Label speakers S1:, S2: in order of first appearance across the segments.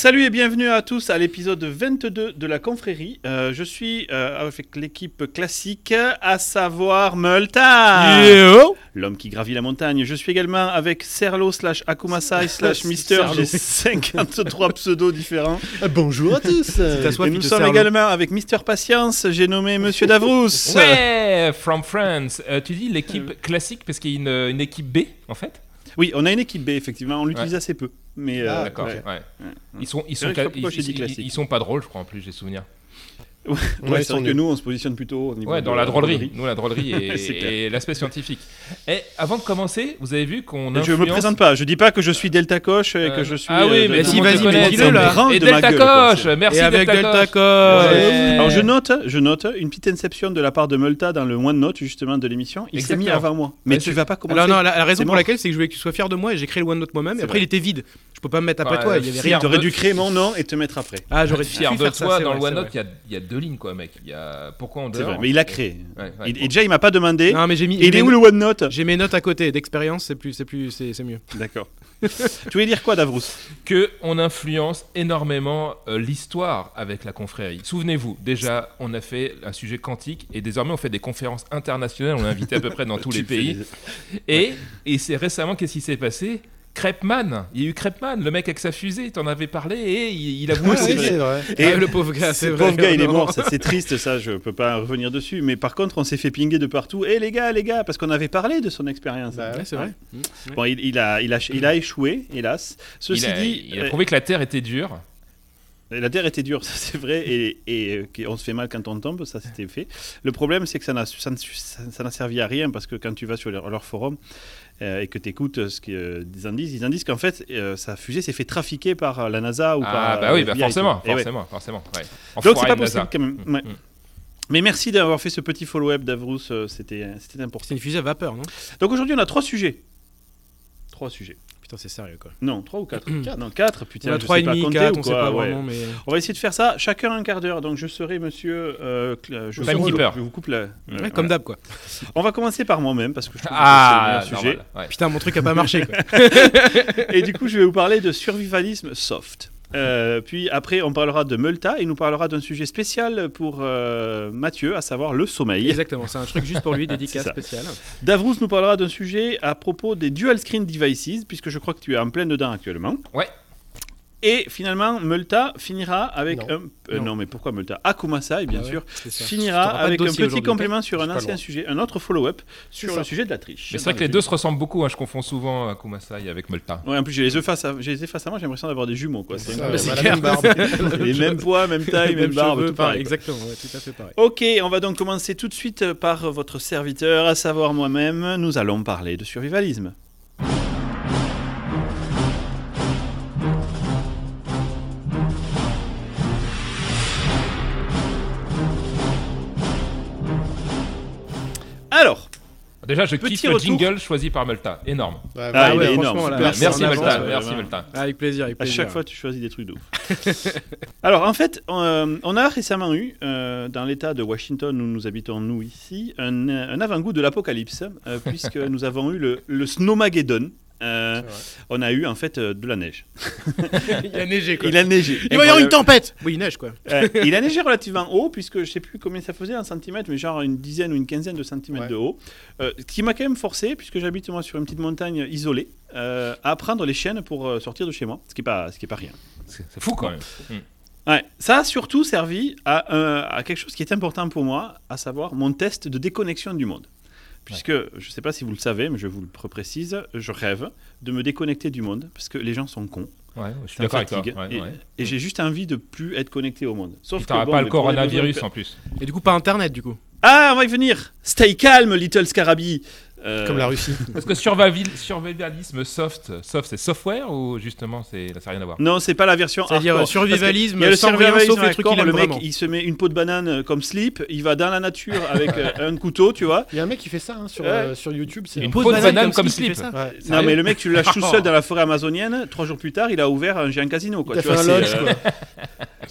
S1: Salut et bienvenue à tous à l'épisode 22 de la confrérie. Je suis avec l'équipe classique, à savoir Multa, l'homme qui gravit la montagne. Je suis également avec Serlo / Akumasai / Mister. J'ai 53 pseudos différents.
S2: Bonjour à tous.
S1: Et nous sommes également avec Mister Patience. J'ai nommé Monsieur Davrous.
S3: Ouais, from France. Tu dis l'équipe classique parce qu'il y a une équipe B en fait.
S1: Oui, on a une équipe B, effectivement, on l'utilise assez peu. Mais
S3: d'accord.
S1: ouais.
S3: Ils sont pas drôles, je crois, en plus, j'ai souvenir.
S1: Ouais, c'est vrai que nous, on se positionne plutôt au niveau
S3: dans la drôlerie. Nous, la drôlerie et l'aspect scientifique. Et avant de commencer, vous avez vu qu'on influence...
S1: Je me présente pas, je dis pas que je suis Delta Coche et que je suis...
S3: Ah oui, mais
S2: si, vas-y, dis-le là.
S3: Et Delta Coche, merci Delta Coche.
S1: Alors je note une petite inception de la part de Multa dans le OneNote justement de l'émission. Il s'est mis avant moi. Mais tu vas pas commencer.
S2: Alors non, la raison pour laquelle c'est que je voulais que tu sois fier de moi et j'ai créé le OneNote moi-même. Et après il était vide. Je peux pas me mettre après toi. Il y avait rien.
S1: Tu aurais dû créer mon nom et te mettre après.
S2: Ah, j'aurais
S3: fier de toi. Dans le OneNote, il y a 2 lignes quoi, mec. Pourquoi on dort.
S1: C'est vrai, mais il a créé. Et déjà il m'a pas demandé.
S2: Non, mais j'ai mis.
S1: Et il est où le OneNote?
S2: J'ai mes notes à côté. D'expérience, c'est mieux.
S1: D'accord. Tu voulais dire quoi, Davrous?
S3: Que on influence énormément l'histoire avec la confrérie. Souvenez-vous, déjà, on a fait un sujet quantique et désormais on fait des conférences internationales. On est invité à peu près dans tous les pays. Et c'est récemment, qu'est-ce qui s'est passé? Crêpeman, il y a eu Crêpeman, le mec avec sa fusée, t'en avais parlé et il a voulu.
S2: Oui, c'est vrai.
S1: Et
S2: le pauvre gars, c'est vrai.
S1: Le pauvre gars, il est mort, c'est triste, ça, je peux pas revenir dessus. Mais par contre, on s'est fait pinguer de partout. Les gars, parce qu'on avait parlé de son expérience.
S2: Bah, ouais, c'est vrai.
S1: Bon, il a échoué, hélas. Ceci dit,
S3: il a prouvé que la Terre était dure.
S1: La terre était dure, ça c'est vrai, et on se fait mal quand on tombe, ça c'était fait. Le problème c'est que ça n'a servi à rien parce que quand tu vas sur leur forum et que tu écoutes ce qu'ils en disent, ils en disent qu'en fait sa fusée s'est fait trafiquer par la NASA ou par...
S3: bah oui, forcément. Ouais.
S1: Donc c'est pas possible quand même. Ouais. Mais merci d'avoir fait ce petit follow-up Davrous, c'était important.
S2: C'est une fusée à vapeur, non?
S1: Donc aujourd'hui on a 3 sujets.
S2: Putain, c'est sérieux quoi.
S1: Non, 3 ou 4 Non, 4, putain.
S2: On a 3 et demi, 4, on sait pas vraiment, mais...
S1: On va essayer de faire ça, chacun un quart d'heure. Donc je serai monsieur...
S3: Timekeeper.
S1: Je vous coupe la...
S2: comme d'hab quoi.
S1: On va commencer par moi-même, parce que je trouve que c'est le sujet.
S2: Ouais. Putain, mon truc a pas marché quoi.
S1: Et du coup, je vais vous parler de survivalisme soft. Puis après, on parlera de Multa et il nous parlera d'un sujet spécial pour Mathieu, à savoir le sommeil.
S2: Exactement, c'est un truc juste pour lui, dédicace spéciale.
S1: Davrous nous parlera d'un sujet à propos des dual screen devices, puisque je crois que tu es en plein dedans actuellement.
S3: Ouais.
S1: Et finalement, Multa finira avec non, mais pourquoi Multa? Akumasai, bien sûr, finira avec un petit complément sur un ancien sujet, un autre follow-up sur le sujet de la triche.
S3: Mais c'est vrai que les deux se ressemblent beaucoup, hein, je confonds souvent Akumasai avec Multa.
S1: Ouais, en plus, j'ai les yeux face à moi, j'ai l'impression d'avoir des jumeaux, quoi.
S2: C'est clair.
S1: Les mêmes poids, même taille, même barbe, tout pareil.
S2: Exactement, tout à fait pareil.
S1: Ok, on va donc commencer tout de suite par votre serviteur, à savoir moi-même. Nous allons parler de survivalisme. Alors,
S3: déjà, je kiffe le jingle choisi par Multa. Énorme.
S1: Il est énorme.
S3: Super. Merci Multa.
S2: Avec plaisir.
S1: À chaque fois, tu choisis des trucs de ouf. Alors, en fait, on a récemment eu, dans l'État de Washington où nous habitons, nous, ici, un avant-goût de l'apocalypse, puisque nous avons eu le Snowmageddon. On a eu en fait de la neige.
S2: Il a neigé quoi.
S1: Il a neigé.
S2: Il va y avoir une tempête. Oui, il neige quoi.
S1: Il a neigé relativement haut, puisque je sais plus combien ça faisait en centimètres, mais genre une dizaine ou une quinzaine de centimètres de haut. Ce qui m'a quand même forcé, puisque j'habite moi sur une petite montagne isolée, à prendre les chaînes pour sortir de chez moi, ce qui est pas rien.
S3: C'est fou quand même.
S1: Ouais, ça a surtout servi à quelque chose qui est important pour moi, à savoir mon test de déconnexion du monde. Puisque, je ne sais pas si vous le savez, mais je vous le précise, je rêve de me déconnecter du monde, parce que les gens sont cons.
S3: Ouais, je suis d'accord avec toi.
S1: Et j'ai juste envie de plus être connecté au monde.
S3: Sauf que tu n'auras pas le coronavirus en plus.
S2: Et du coup, pas Internet du coup.
S1: Ah, on va y venir. Stay calm, little Scarabi.
S2: Comme la Russie.
S3: Est-ce que survivalisme soft c'est software ou justement ça n'a rien à voir?
S1: Non, c'est pas la version
S2: c'est-à-dire
S1: hardcore.
S2: survivalisme,
S1: il y a le
S2: sans rien sauf les trucs qu'il aime
S1: le mec,
S2: vraiment.
S1: il se met une peau de banane comme slip, il va dans la nature avec un couteau, tu vois.
S4: Il y a un mec qui fait ça sur YouTube.
S3: C'est une peau de banane comme slip.
S1: Non, mais le mec, tu le lâches tout seul dans la forêt amazonienne. 3 jours plus tard, il a ouvert un géant casino, quoi.
S4: Il a fait un lodge, quoi.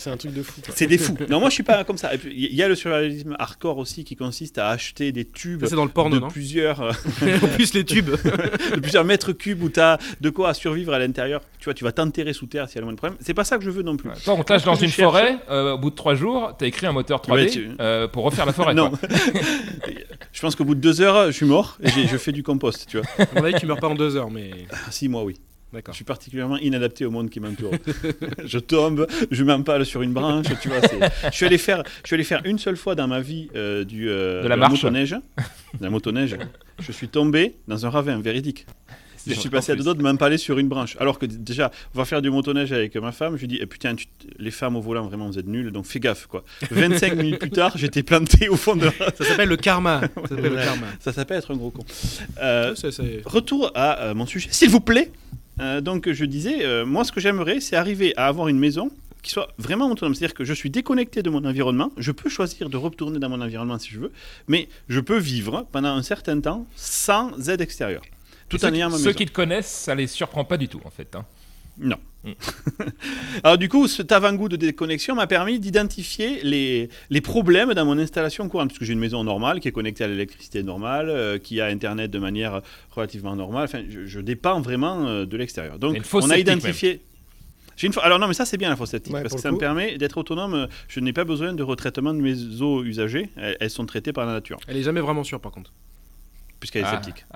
S4: C'est un truc de fou.
S1: C'est des fous. Non, moi je suis pas comme ça. Il y a le surréalisme hardcore aussi qui consiste à acheter des tubes.
S2: Ça, c'est dans le porno, non
S1: plusieurs.
S2: En plus les tubes.
S1: De plusieurs mètres cubes où tu as de quoi survivre à l'intérieur. Tu vois, tu vas t'enterrer sous terre s'il y a le moins de problème. C'est pas ça que je veux non plus.
S3: Toi, on te lâche dans une forêt. Au bout de 3 jours, t'as écrit un moteur 3D pour refaire la forêt.
S1: Non. Je pense qu'au bout de 2 heures, je suis mort et je fais du compost, tu vois.
S2: À mon avis, tu meurs pas en 2 heures, mais.
S1: Si, moi, oui.
S2: D'accord.
S1: Je suis particulièrement inadapté au monde qui m'entoure. Je tombe, je m'empale sur une branche, tu vois. Je suis allé faire une seule fois dans ma vie de la motoneige. De la motoneige. Je suis tombé dans un ravin véridique. Je suis passé à deux doigts de m'empaler sur une branche. Alors que déjà, on va faire du motoneige avec ma femme. Je lui dis, putain, les femmes au volant, vraiment, vous êtes nuls, donc fais gaffe, quoi. 25 minutes plus tard, j'étais planté au fond de la...
S2: Ça s'appelle le karma.
S1: Ça s'appelle être un gros con. Retour à mon sujet, s'il vous plaît. Donc je disais, moi ce que j'aimerais, c'est arriver à avoir une maison qui soit vraiment autonome. C'est-à-dire que je suis déconnecté de mon environnement. Je peux choisir de retourner dans mon environnement si je veux, mais je peux vivre pendant un certain temps sans aide extérieure. Tout en ayant ma maison.
S3: Ceux qui te connaissent, ça les surprend pas du tout en fait. Hein.
S1: Non. Alors du coup, cet avant-goût de déconnexion m'a permis d'identifier les problèmes dans mon installation courante, parce que j'ai une maison normale qui est connectée à l'électricité normale, qui a Internet de manière relativement normale. Enfin, je dépends vraiment de l'extérieur. Donc, on a identifié... Alors non, mais ça c'est bien la fosse septique, parce que ça me permet d'être autonome. Je n'ai pas besoin de retraitement de mes eaux usagées. Elles sont traitées par la nature.
S2: Elle est jamais vraiment sûre par contre.
S1: Puisqu'elle est sceptique.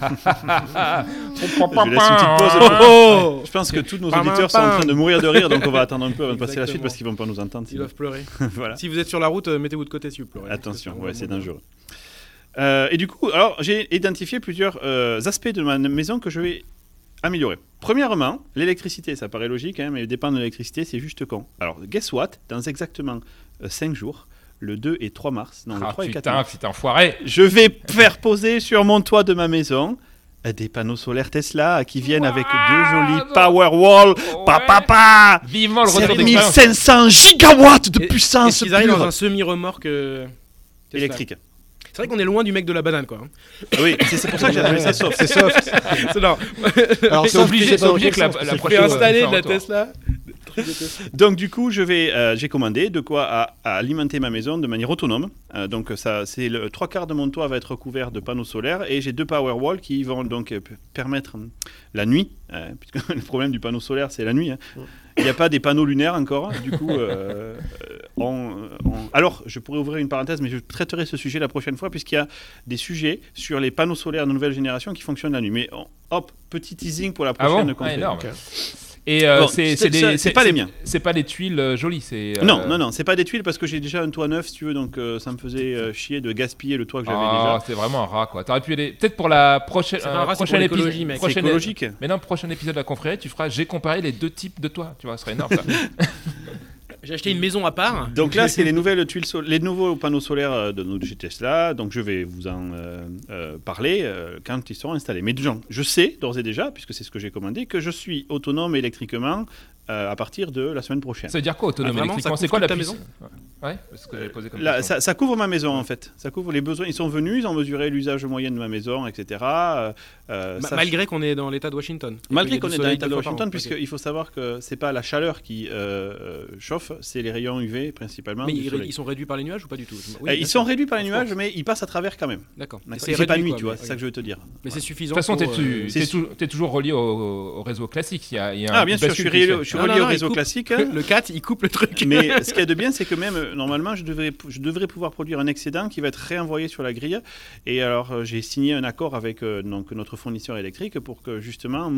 S3: Je
S1: laisse une petite pause. Je pense que tous nos auditeurs sont en train de mourir de rire, donc on va attendre un peu avant de passer à la suite parce qu'ils ne vont pas nous entendre.
S2: Ils doivent pleurer.
S1: Voilà.
S2: Si vous êtes sur la route, mettez-vous de côté si vous pleurez.
S1: Attention, c'est dangereux. Et du coup, alors j'ai identifié plusieurs aspects de ma maison que je vais améliorer. Premièrement, l'électricité, ça paraît logique, hein, mais dépendre de l'électricité, c'est juste con. Alors, guess what ? Dans exactement 5 jours, le 2 et 3 mars, non, le 3 et 4 mars,
S3: putain, enfoiré.
S1: Je vais faire poser sur mon toit de ma maison des panneaux solaires Tesla qui viennent avec 2 jolis Powerwall. Papa,
S3: vivement le retour d'expérience.
S1: 7500 gigawatts de puissance.
S2: Ils arrivent dans un semi-remorque
S1: électrique.
S2: C'est vrai qu'on est loin du mec de la banane, quoi.
S1: Oui, c'est pour ça que j'ai appelé ça soft.
S4: C'est soft.
S2: Non.
S3: Alors c'est obligé que la prochaine
S2: installer de la Tesla.
S1: Donc du coup, j'ai commandé de quoi à alimenter ma maison de manière autonome. Donc ça, c'est le 3/4 de mon toit va être recouvert de panneaux solaires et j'ai 2 Powerwall qui vont donc permettre la nuit, puisque le problème du panneau solaire c'est la nuit. Hein. Il n'y a pas des panneaux lunaires encore. Du coup, alors je pourrais ouvrir une parenthèse, mais je traiterai ce sujet la prochaine fois puisqu'il y a des sujets sur les panneaux solaires de nouvelle génération qui fonctionnent la nuit. Mais hop, petit teasing pour la prochaine conférence.
S3: Okay. Et
S1: c'est pas les miens.
S3: C'est pas des tuiles jolies.
S1: Non, c'est pas des tuiles parce que j'ai déjà un toit neuf, si tu veux, donc ça me faisait chier de gaspiller le toit que j'avais déjà.
S3: C'est vraiment un rat, quoi. T'aurais pu aller peut-être pour la prochaine épisode.
S1: C'est écologique.
S3: Mais non, prochain épisode de la confrérie, tu feras. J'ai comparé les 2 types de toits. Tu vois, ce serait énorme. Ça.
S2: J'ai acheté une maison à part.
S1: Donc là, c'est les nouveaux panneaux solaires de chez Tesla. Donc je vais vous en parler quand ils seront installés. Mais je sais d'ores et déjà, puisque c'est ce que j'ai commandé, que je suis autonome électriquement à partir de la semaine prochaine.
S3: Ça veut dire quoi, autonome électriquement ? C'est quoi ta maison ? Ouais, parce que j'avais posé comme
S1: question. Ça couvre ma maison en fait. Ça couvre les besoins. Ils sont venus, ils ont mesuré l'usage moyen de ma maison, etc.
S2: Malgré qu'on est dans l'État de Washington.
S1: Malgré qu'on est dans l'État de Washington, puisqu'il faut savoir que c'est pas la chaleur qui chauffe, c'est les rayons UV principalement.
S2: Mais ils sont réduits par les nuages ou pas du tout ?
S1: Ils sont réduits par les nuages, mais ils passent à travers quand même.
S2: D'accord.
S1: C'est pas nuit, tu vois. C'est ça que je veux te dire.
S2: Mais c'est suffisant.
S3: De toute façon, t'es toujours relié au réseau classique.
S1: Bien sûr, je suis relié au réseau classique.
S2: Le 4, il coupe le truc.
S1: Mais ce qu'il y a de bien, c'est que même normalement, je devrais pouvoir produire un excédent qui va être réenvoyé sur la grille. Et alors, j'ai signé un accord avec notre fournisseur électrique pour que justement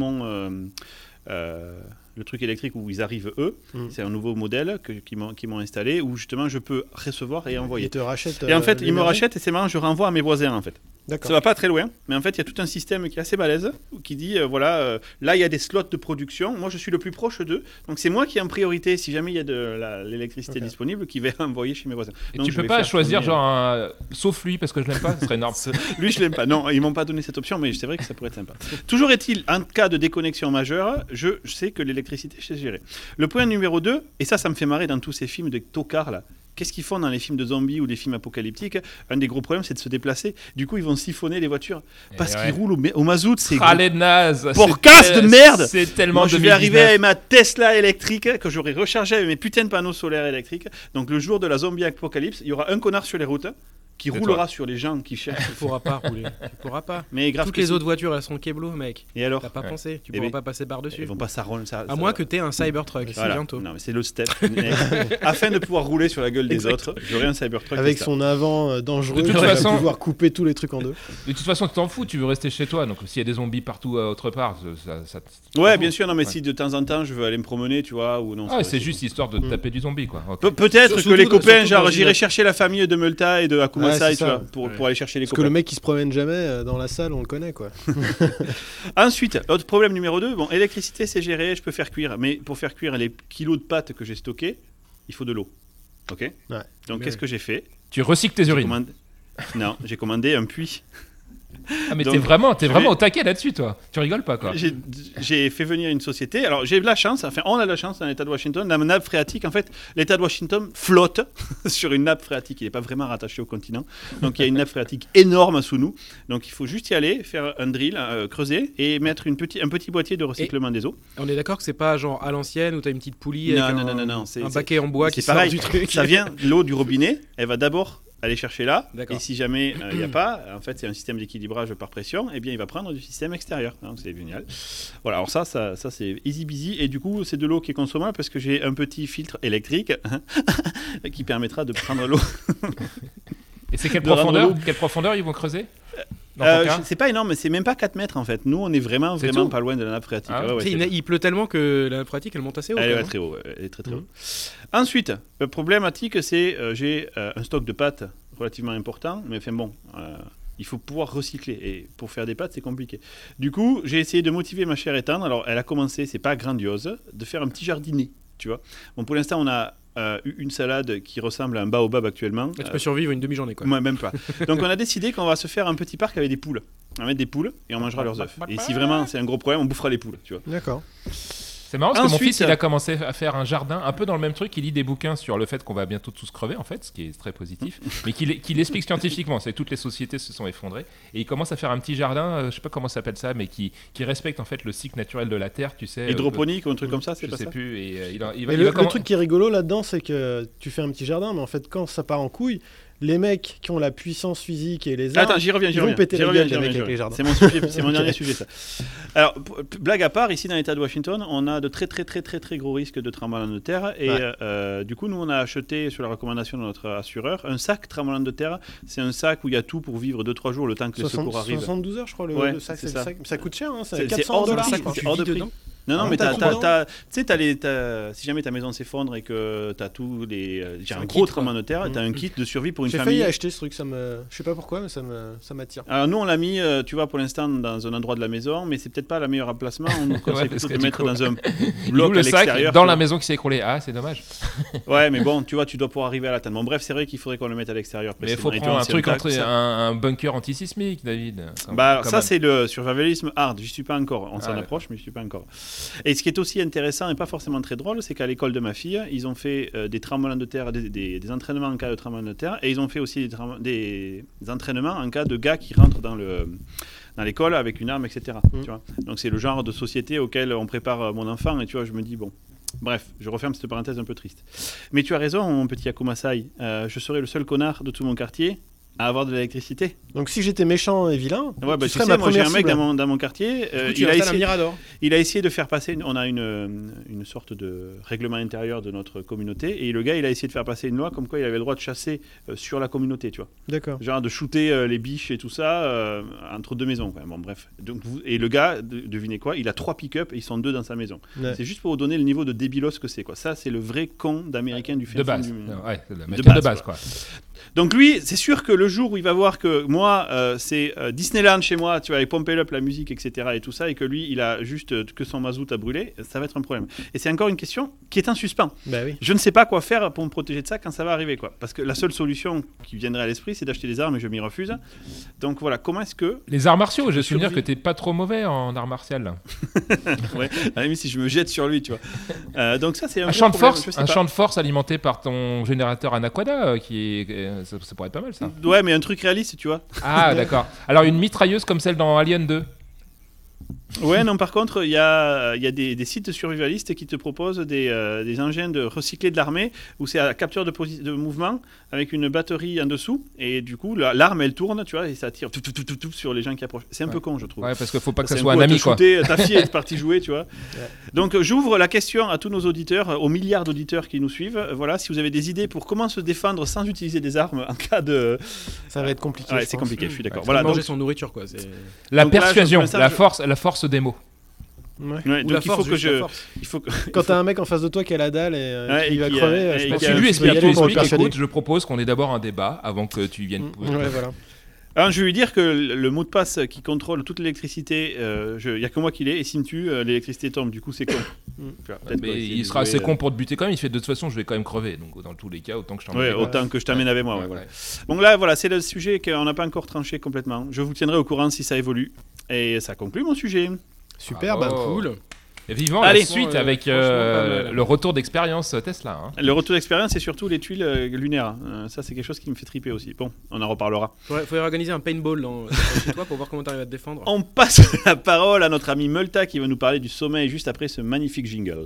S1: le truc électrique où ils arrivent eux, c'est un nouveau modèle qui m'ont installé où justement je peux recevoir et envoyer.
S4: Ils te rachètent.
S1: Et en fait, ils me rachètent et c'est marrant, je renvoie à mes voisins en fait.
S4: D'accord.
S1: Ça va pas très loin, mais en fait, il y a tout un système qui est assez balèze qui dit là, il y a des slots de production. Moi, je suis le plus proche d'eux, donc c'est moi qui ai en priorité si jamais il y a de l'électricité disponible qui va envoyer chez mes voisins.
S3: Et
S1: donc,
S3: tu peux pas choisir sauf lui parce que je l'aime pas, ce serait énorme.
S1: Lui, je l'aime pas. Non, ils m'ont pas donné cette option, mais c'est vrai que ça pourrait être sympa. Toujours est-il, en cas de déconnexion majeure, je sais que l'électricité c'est géré. Le point numéro 2, et ça me fait marrer dans tous ces films de tocards là. qu'est-ce qu'ils font dans les films de zombies ou des films apocalyptiques? Un des gros problèmes, c'est de se déplacer. Du coup, ils vont siphonner les voitures parce qu'ils roulent au mazout. C'est
S3: les nazes.
S1: Porcasse de merde.
S3: C'est tellement.
S1: Moi, je vais arriver avec ma Tesla électrique que j'aurai rechargée avec mes putains de panneaux solaires électriques. Donc, le jour de la zombie apocalypse, il y aura un connard sur les routes qui roulera sur les gens qui cherchent.
S2: Tu pourras pas rouler. Tu pourras pas.
S1: Mais grave.
S2: Toutes les autres voitures, elles sont keblo, mec.
S1: Et alors?
S2: T'as pas pensé. Tu pourras pas passer par-dessus.
S1: Ils vont pas s'arrondir.
S2: À moins que t'aies un Cybertruck. C'est bientôt.
S1: Non, mais c'est le step. Afin de pouvoir rouler sur la gueule des autres, j'aurai un Cybertruck.
S4: Avec son avant dangereux,
S3: de toute
S4: il va
S3: façon,
S4: pouvoir couper tous les trucs en deux.
S3: De toute façon, tu t'en fous. Tu veux rester chez toi. Donc, s'il y a des zombies partout autre part, ça
S1: ouais, bien sûr. Non, mais si de temps en temps, je veux aller me promener, tu vois, ou non.
S3: Ah, c'est juste histoire de taper du zombie, quoi.
S1: Peut-être que les copains, genre, j'irai chercher la famille de Multa et de Akumasai, tu vois, pour aller chercher les copains.
S4: Parce que le mec qui se promène jamais dans la salle, on le connaît, quoi.
S1: Ensuite, autre problème numéro 2, bon, électricité c'est géré, je peux faire cuire, mais pour faire cuire les kilos de pâtes que j'ai stockés, il faut de l'eau. Ok.
S4: Ouais.
S1: Donc qu'est-ce que j'ai fait?
S3: Tu recycles tes urines.
S1: Non, j'ai commandé un puits.
S3: Ah mais t'es vraiment au taquet là-dessus, toi. Tu rigoles pas, quoi.
S1: J'ai fait venir une société. Alors j'ai de la chance, enfin on a de la chance dans l'État de Washington. La nappe phréatique, en fait, l'État de Washington flotte sur une nappe phréatique. Il n'est pas vraiment rattaché au continent. Donc il y a une nappe phréatique énorme sous nous. Donc il faut juste y aller, faire un drill, creuser et mettre un petit boîtier de recyclement des eaux.
S2: On est d'accord que c'est pas genre à l'ancienne où t'as une petite poulie
S1: non,
S2: avec un baquet en bois qui
S1: sort
S2: pareil, du truc.
S1: Ça vient, l'eau du robinet, elle va d'abord aller chercher là, et si jamais il n'y a pas, en fait c'est un système d'équilibrage par pression, et bien il va prendre du système extérieur, donc c'est génial. Voilà, alors ça c'est easy busy, et du coup c'est de l'eau qui est consommable parce que j'ai un petit filtre électrique qui permettra de prendre l'eau.
S3: Et c'est quelle profondeur ils vont creuser?
S1: C'est pas énorme, mais c'est même pas 4 mètres en fait. Nous on est vraiment pas loin de la nappe phréatique.
S2: Il pleut tellement que la nappe phréatique elle monte assez haut.
S1: Elle est très haut, elle est très haut. Ensuite, le problématique c'est j'ai un stock de pâtes relativement important, mais enfin bon, il faut pouvoir recycler et pour faire des pâtes c'est compliqué. Du coup j'ai essayé de motiver ma chère et tendre. Alors elle a commencé, c'est pas grandiose, de faire un petit jardinet, tu vois. Bon pour l'instant on a une salade qui ressemble à un baobab actuellement.
S2: Tu peux survivre une demi-journée, quoi.
S1: Moi, même pas. Donc on a décidé qu'on va se faire un petit parc avec des poules. On va mettre des poules et on mangera leurs œufs. Et si vraiment c'est un gros problème, on bouffera les poules, tu vois.
S4: D'accord.
S3: C'est marrant parce que mon fils il a commencé à faire un jardin un peu dans le même truc. Il lit des bouquins sur le fait qu'on va bientôt tous crever en fait, ce qui est très positif, mais qu'il explique scientifiquement. C'est que toutes les sociétés se sont effondrées et il commence à faire un petit jardin, je sais pas comment ça s'appelle ça, mais qui respecte en fait le cycle naturel de la terre, tu sais.
S1: Hydroponique ou un truc comme ça, c'est pas ça.
S3: Je sais plus. Et
S4: le truc qui est rigolo là-dedans, c'est que tu fais un petit jardin, mais en fait quand ça part en couille, les mecs qui ont la puissance physique et les armes,
S1: j'y reviens.
S4: Ils vont péter la gueule des mecs avec les jardins.
S1: C'est mon sujet, c'est mon dernier sujet ça. Alors, blague à part, ici dans l'État de Washington, on a de très gros risques de tremblement de terre et du coup, nous on a acheté sur la recommandation de notre assureur un sac tremblement de terre. C'est un sac où il y a tout pour vivre 2-3 jours le temps que les secours arrivent.
S4: 72 heures, je crois, le sac. Ça coûte cher, hein, c'est
S1: $400.
S2: C'est hors de prix.
S1: Non, mais si jamais ta maison s'effondre et que t'as tous les. J'ai un gros tremblement de terre, t'as un kit de survie pour une famille.
S4: J'ai failli acheter ce truc, je sais pas pourquoi, mais ça m'attire.
S1: Alors nous, on l'a mis, tu vois, pour l'instant, dans un endroit de la maison, mais c'est peut-être pas le meilleur emplacement. On nous conseille plutôt de mettre dans un bloc à l'extérieur.
S3: Dans la maison qui s'est écroulée. Ah, c'est dommage.
S1: Ouais, mais bon, tu vois, tu dois pouvoir arriver à l'atteindre. Bon, bref, c'est vrai qu'il faudrait qu'on le mette à l'extérieur.
S3: Mais il faut prendre un truc un bunker antisismique, David.
S1: Bah, ça, c'est le survivalisme hard. J'y suis pas encore. On s'en approche, mais j'y suis pas encore. Et ce qui est aussi intéressant et pas forcément très drôle, c'est qu'à l'école de ma fille, ils ont fait des tremblements de terre, des entraînements en cas de tremblement de terre, et ils ont fait aussi des entraînements en cas de gars qui rentrent dans l'école avec une arme, etc. Tu vois. Donc c'est le genre de société auquel on prépare mon enfant, et tu vois, je me dis bon. Bref, je referme cette parenthèse un peu triste. Mais tu as raison, mon petit Akumasai, je serai le seul connard de tout mon quartier à avoir de l'électricité.
S4: Donc si j'étais méchant et vilain,
S1: tu serais ma première cible. J'ai un mec dans mon quartier, il a essayé de faire passer, on a une sorte de règlement intérieur de notre communauté, et le gars il a essayé de faire passer une loi comme quoi il avait le droit de chasser sur la communauté, tu vois.
S4: D'accord.
S1: Genre de shooter les biches et tout ça entre deux maisons. Quoi. Bon bref. Donc, et le gars, devinez quoi, il a 3 pick-up et ils sont 2 dans sa maison. Ouais. C'est juste pour vous donner le niveau de débilos que c'est, quoi. Ça c'est le vrai con d'américain du film.
S3: De base. Ouais, c'est la méthode de base quoi.
S1: Donc lui, c'est sûr que le jour où il va voir que moi, c'est Disneyland chez moi, tu vois, avec Pump It Up, la musique, etc. et tout ça, et que lui, il a juste que son mazout à brûler, ça va être un problème. Et c'est encore une question qui est en suspens.
S4: Bah oui.
S1: Je ne sais pas quoi faire pour me protéger de ça quand ça va arriver, quoi. Parce que la seule solution qui viendrait à l'esprit, c'est d'acheter des armes et je m'y refuse. Donc voilà, comment est-ce que...
S3: Les arts martiaux, je suis
S1: survis.
S3: dire que t'es pas trop mauvais en arts martiaux. Là.
S1: Ouais, à la limite, si je me jette sur lui, tu vois. Donc ça, c'est
S3: Un champ de force alimenté par ton générateur Anaconda, ça pourrait être pas mal ça.
S1: Ouais, mais un truc réaliste, tu vois.
S3: Ah d'accord. Alors une mitrailleuse comme celle dans Alien 2.
S1: Ouais, non, par contre, il y a des sites survivalistes qui te proposent des engins de recyclés de l'armée où c'est à capture de mouvement avec une batterie en dessous et du coup, l'arme elle tourne, tu vois, et ça tire tout sur les gens qui approchent. C'est un peu con, je trouve.
S3: Ouais, parce qu'il faut pas que ça
S1: C'est
S3: soit un
S1: coup à
S3: ami
S1: te
S3: quoi.
S1: shooter, ta fille est partie jouer, tu vois. Donc, j'ouvre la question à tous nos auditeurs, aux milliards d'auditeurs qui nous suivent. Voilà, si vous avez des idées pour comment se défendre sans utiliser des armes en cas de.
S4: Ça va être compliqué.
S1: Ouais,
S4: je
S1: c'est
S4: pense.
S1: compliqué, je suis d'accord.
S2: Ouais,
S1: Voilà,
S2: manger
S1: donc,
S2: son nourriture quoi.
S3: La
S1: Donc là,
S3: persuasion,
S1: je-
S3: la force des mots.
S4: Ouais.
S1: ouais,
S2: Ou
S1: donc
S2: la
S1: il
S2: force,
S1: faut que
S2: juste la
S1: je.
S2: force.
S1: Il faut que.
S4: Quand t'as un mec en face de toi qui a la dalle et
S1: Ouais,
S4: il
S1: et
S4: va
S1: qui a-
S4: crever,
S1: et
S4: je
S1: qui
S4: pense
S1: a-
S3: Si
S4: que
S3: lui
S4: tu peux y
S3: explique,
S4: aller pour le persuader.
S3: écoute, je propose qu'on ait d'abord un débat avant que tu viennes.
S4: Ouais, voilà.
S1: Alors, je vais lui dire que le mot de passe qui contrôle toute l'électricité, il n'y a que moi qui l'ai, et s'il me tue, l'électricité tombe, du coup c'est con. Tu vois, peut-être
S3: Mais
S1: qu'on va essayer
S3: il
S1: de
S3: sera
S1: jouer,
S3: assez con pour te buter quand même. Il fait de toute façon, je vais quand même crever. Donc dans tous les cas, autant que je t'emmène.
S1: Ouais, autant que je t'amène avec moi. Ouais,
S3: Ouais,
S1: voilà.
S3: ouais.
S1: Donc là, voilà, c'est le sujet qu'on n'a pas encore tranché complètement. Je vous tiendrai au courant si ça évolue. Et ça conclut mon sujet.
S4: Super,
S3: Bravo.
S4: bah cool.
S3: Et vivement
S1: Allez.
S3: la suite avec
S2: Franchement, pas mal.
S3: le retour d'expérience Tesla. Hein.
S1: Le retour d'expérience et surtout les tuiles lunaires. Ça, c'est quelque chose qui me fait triper aussi. Bon, on en reparlera.
S2: Faudrait organiser un paintball chez toi pour voir comment t'arrives à te défendre.
S1: On passe la parole à notre ami Multa qui va nous parler du sommeil juste après ce magnifique jingle.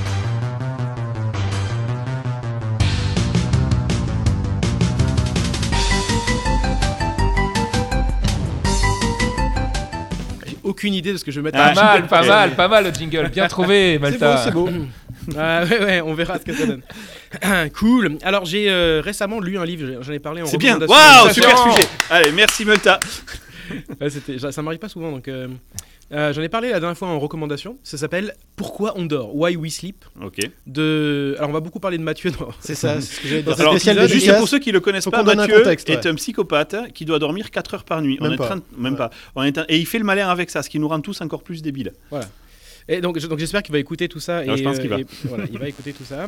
S2: J'ai aucune idée de ce que je vais mettre.
S1: Ah,
S2: à
S3: Pas mal le jingle. Bien trouvé, Malta.
S4: C'est beau.
S2: Ouais, on verra ce que ça donne. Cool. Alors j'ai récemment lu un livre, j'en ai parlé en
S1: C'est bien.
S2: recommandation.
S1: Waouh, super sujet. Allez, merci Multa.
S2: Ouais, ça m'arrive pas souvent, donc j'en ai parlé la dernière fois en recommandation. Ça s'appelle Pourquoi on dort, Why We Sleep.
S1: Ok.
S2: Alors on va beaucoup parler de Mathieu dans...
S4: C'est ça, c'est ce que j'allais dire.
S1: Alors,
S4: Spécial
S1: juste
S4: dédicace.
S1: pour ceux qui le connaissent
S4: Faut
S1: pas,
S4: qu'on donne un
S1: Mathieu
S4: contexte,
S1: est
S4: ouais.
S1: un psychopathe qui doit dormir 4 heures par nuit.
S4: Même pas.
S1: Même pas. Et il fait le malin avec ça, ce qui nous rend tous encore plus débiles.
S2: Et donc j'espère qu'il va écouter tout ça.
S1: Alors, je pense qu'il va.
S2: Voilà, il va écouter tout ça.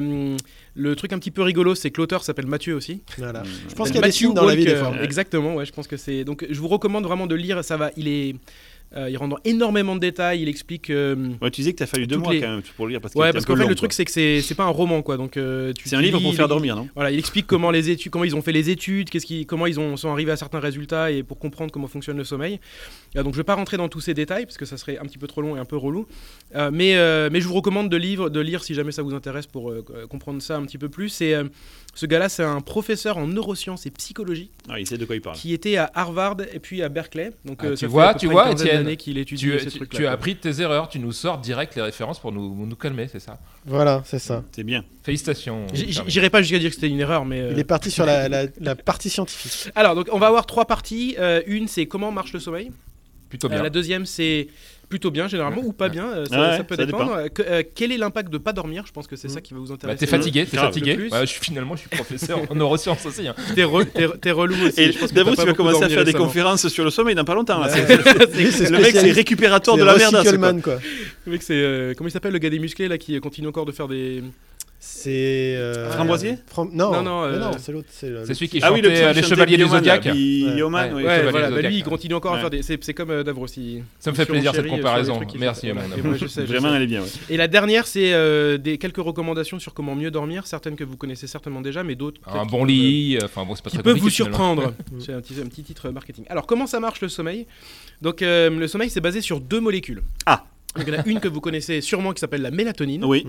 S2: Le truc un petit peu rigolo, c'est que l'auteur s'appelle Mathieu aussi.
S4: Voilà. Je pense qu'il y a des
S2: Matthew
S4: signes dans la vie des
S2: Walker.
S4: fois.
S2: Exactement, ouais, je pense que c'est. Donc je vous recommande vraiment de lire. Ça va. Il rentre dans énormément de détails. Il explique.
S1: Ouais, tu disais que t'as fallu 2
S2: Toutes
S1: mois
S2: les-
S1: quand même pour le lire parce qu'il
S2: Ouais,
S1: était
S2: parce
S1: un peu
S2: qu'en fait
S1: long,
S2: le truc
S1: quoi.
S2: c'est que c'est pas un roman quoi. Donc
S1: C'est un livre
S2: lis,
S1: pour faire
S2: il-
S1: dormir, non?
S2: Voilà, il explique comment ils ont fait les études, comment ils sont arrivés à certains résultats et pour comprendre comment fonctionne le sommeil. Donc je vais pas rentrer dans tous ces détails parce que ça serait un petit peu trop long et un peu relou. Mais je vous recommande de lire si jamais ça vous intéresse pour comprendre ça un petit peu plus. Ce gars-là, c'est un professeur en neurosciences et psychologie
S1: Ah, il sait de quoi il parle.
S2: qui était à Harvard et puis à Berkeley. Donc
S3: Ah,
S2: ça
S3: tu
S2: fait
S3: vois,
S2: à peu près une quinzaine
S3: Étienne,
S2: d'années qu'il étudie
S3: Tu,
S2: ces
S3: tu-
S2: trucs-là,
S3: tu as
S2: quoi.
S3: appris de tes erreurs. Tu nous sors direct les références pour nous calmer, c'est ça.
S4: Voilà, c'est ça.
S1: C'est bien.
S3: Félicitations.
S2: J'irai pas jusqu'à dire que c'était une erreur, mais.
S4: Il est parti sur la partie scientifique.
S2: Alors, donc, on va avoir 3 parties. Une, c'est comment marche le sommeil.
S3: Plutôt bien.
S2: La deuxième, c'est plutôt bien, généralement, ou pas bien.
S1: Ouais,
S2: Ça peut
S1: ça
S2: dépendre. Quel est l'impact de pas dormir? Je pense que c'est ça qui va vous
S3: Bah,
S2: intéresser.
S3: t'es fatigué, t'es
S1: Grave.
S3: fatigué.
S2: Le plus.
S3: Ouais, finalement, je suis professeur en neurosciences aussi. Hein.
S2: T'es relou aussi.
S1: Et
S2: je pense que
S1: Davos,
S2: t'as
S1: tu
S2: pas
S1: vas
S2: beaucoup
S1: commencer à
S2: dormi
S1: faire des
S2: récemment.
S1: conférences sur le sommeil dans pas longtemps. Là.
S4: Ouais.
S1: Le
S4: C'est
S1: mec, c'est récupérateur de la merde.
S4: C'est Coleman, quoi.
S2: Le mec, c'est. Comment il s'appelle le gars des musclés là qui continue encore de faire des.
S4: C'est.
S1: Framboisier
S2: Non,
S4: Non, c'est l'autre. C'est
S3: C'est celui qui
S1: Ah oui,
S3: chantait
S1: le
S3: les Chevaliers du Zodiac.
S1: Bioman,
S3: Ouais.
S1: oui.
S2: Ouais,
S3: Chevalier
S2: voilà,
S3: Zodiac.
S2: lui il continue encore à
S1: Ouais.
S2: faire des. C'est comme Davros.
S3: Ça me fait plaisir cette comparaison. Merci,
S2: Amanda.
S3: Amanda.
S1: Vraiment, elle est bien. Ouais.
S2: Et la dernière, c'est quelques recommandations sur comment mieux dormir, certaines que vous connaissez certainement déjà, mais d'autres
S3: Un
S2: peut-être
S3: bon
S2: qui
S3: lit, enfin bon, c'est pas
S2: qui
S3: très
S2: peuvent vous
S3: compliqué, finalement.
S2: surprendre. C'est un petit titre marketing. Alors, comment ça marche le sommeil? Donc, le sommeil, c'est basé sur 2 molécules.
S1: Ah.
S2: Donc, il y en a une que vous connaissez sûrement qui s'appelle la mélatonine
S1: Oui.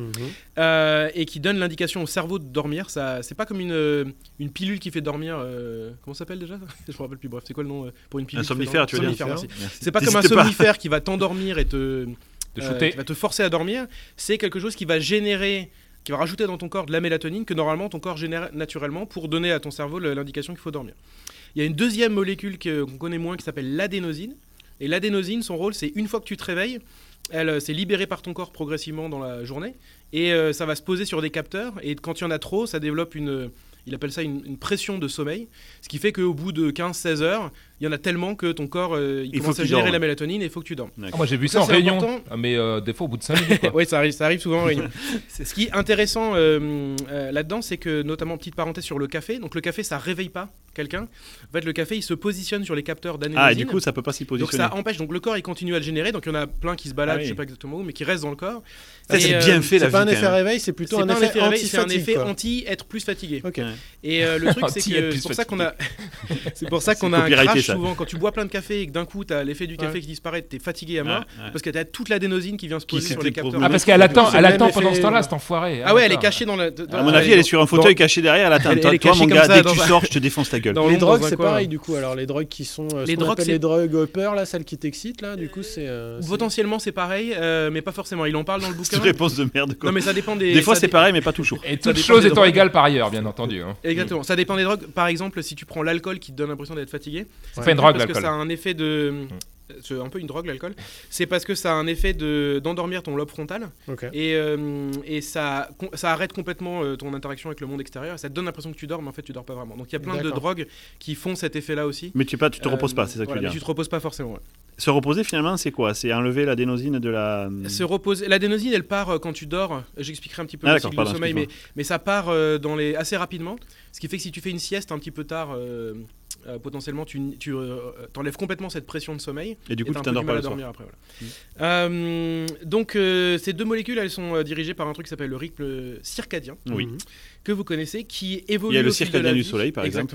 S2: et qui donne l'indication au cerveau de dormir. Ça, c'est pas comme une pilule qui fait dormir. Comment ça s'appelle déjà? Je me rappelle plus. Bref, c'est quoi le nom pour une pilule
S1: Un
S2: qui fait
S1: somnifère, tu veux dire.
S2: Somnifère, merci.
S1: Merci.
S2: C'est pas comme un
S1: N'hésitez pas.
S2: somnifère qui va t'endormir et
S3: De shooter.
S2: qui va te forcer à dormir. C'est quelque chose qui va rajouter dans ton corps de la mélatonine que normalement ton corps génère naturellement pour donner à ton cerveau l'indication qu'il faut dormir. Il y a une deuxième molécule qu'on connaît moins qui s'appelle l'adénosine. Et l'adénosine, son rôle, c'est une fois que tu te réveilles, elle s'est libérée par ton corps progressivement dans la journée et ça va se poser sur des capteurs. Et quand il y en a trop, ça développe il appelle ça une pression de sommeil, ce qui fait qu'au bout de 15-16 heures, il y en a tellement que ton corps il commence à générer la mélatonine et il faut que tu dormes.
S3: Moi j'ai vu ça en réunion, mais des fois au bout de 5 minutes.
S2: Oui, ça arrive souvent en réunion. Ce qui est intéressant là-dedans, c'est que, notamment, petite parenthèse sur le café, donc le café ça réveille pas quelqu'un. En fait, le café il se positionne sur les capteurs d'adénosine.
S1: Ah, et du coup ça peut pas s'y positionner.
S2: Donc ça empêche, donc le corps il continue à le générer, donc il y en a plein qui se baladent, je sais pas exactement où, mais qui restent dans le corps.
S1: Ça, c'est bien fait la vie.
S4: C'est pas un effet réveil, c'est plutôt un effet anti-fatigue.
S2: C'est un effet anti-être plus fatigué.
S4: Okay.
S2: Et le truc c'est que c'est pour ça qu'on a un crash souvent quand tu bois plein de café et que d'un coup tu as l'effet du café qui disparaît, tu es fatigué à mort parce que tu as toute l'adénosine qui vient se poser sur les capteurs.
S3: Ah, parce qu'elle attend pendant ce temps-là, cet enfoiré.
S2: Ah ouais, elle est cachée dans la.
S1: À mon avis, elle est sur un fauteuil caché derrière, elle attend. Toi, mon gars, dès que tu sors, je te défonce ta gueule.
S4: Les drogues, c'est pareil du coup. Alors les drogues qui sont les drogues upper, là, celles qui t'excitent, là, du coup, c'est.
S2: Potentiellement, c'est pareil, mais pas forcément. Il en parle dans le bouquin.
S1: C'est une réponse de merde.
S2: Non, mais ça dépend des.
S1: Des fois, c'est pareil, mais pas toujours.
S3: Et toutes choses étant égales par ailleurs, bien entendu.
S2: Exactement. Ça dépend des drogues. Par exemple, si tu prends l'alcool qui te donne l'impression d'être fatigué,
S3: c'est pas une drogue,
S2: parce
S3: l'alcool.
S2: Que ça a un effet de. C'est un peu une drogue, l'alcool. C'est parce que ça a un effet d'endormir ton lobe frontal. Et ça arrête complètement ton interaction avec le monde extérieur. Ça te donne l'impression que tu dors, mais en fait tu dors pas vraiment. Donc il y a plein de drogues qui font cet effet-là aussi.
S1: Mais tu te reposes pas, c'est ça que tu veux dire.
S2: Mais tu te reposes pas forcément. Ouais.
S1: Se reposer finalement, c'est quoi? C'est enlever l'adénosine de la.
S2: Se reposer. L'adénosine, elle part quand tu dors. J'expliquerai un petit peu le cycle du sommeil, mais ça part assez rapidement. Ce qui fait que si tu fais une sieste un petit peu tard. Potentiellement tu t'enlèves complètement cette pression de sommeil
S1: et du coup tu t'endors pas le soir.
S2: Après, voilà. Donc ces deux molécules elles sont dirigées par un truc qui s'appelle le rythme circadien que vous connaissez, qui évolue.
S1: Il y a le circadien du soleil par exemple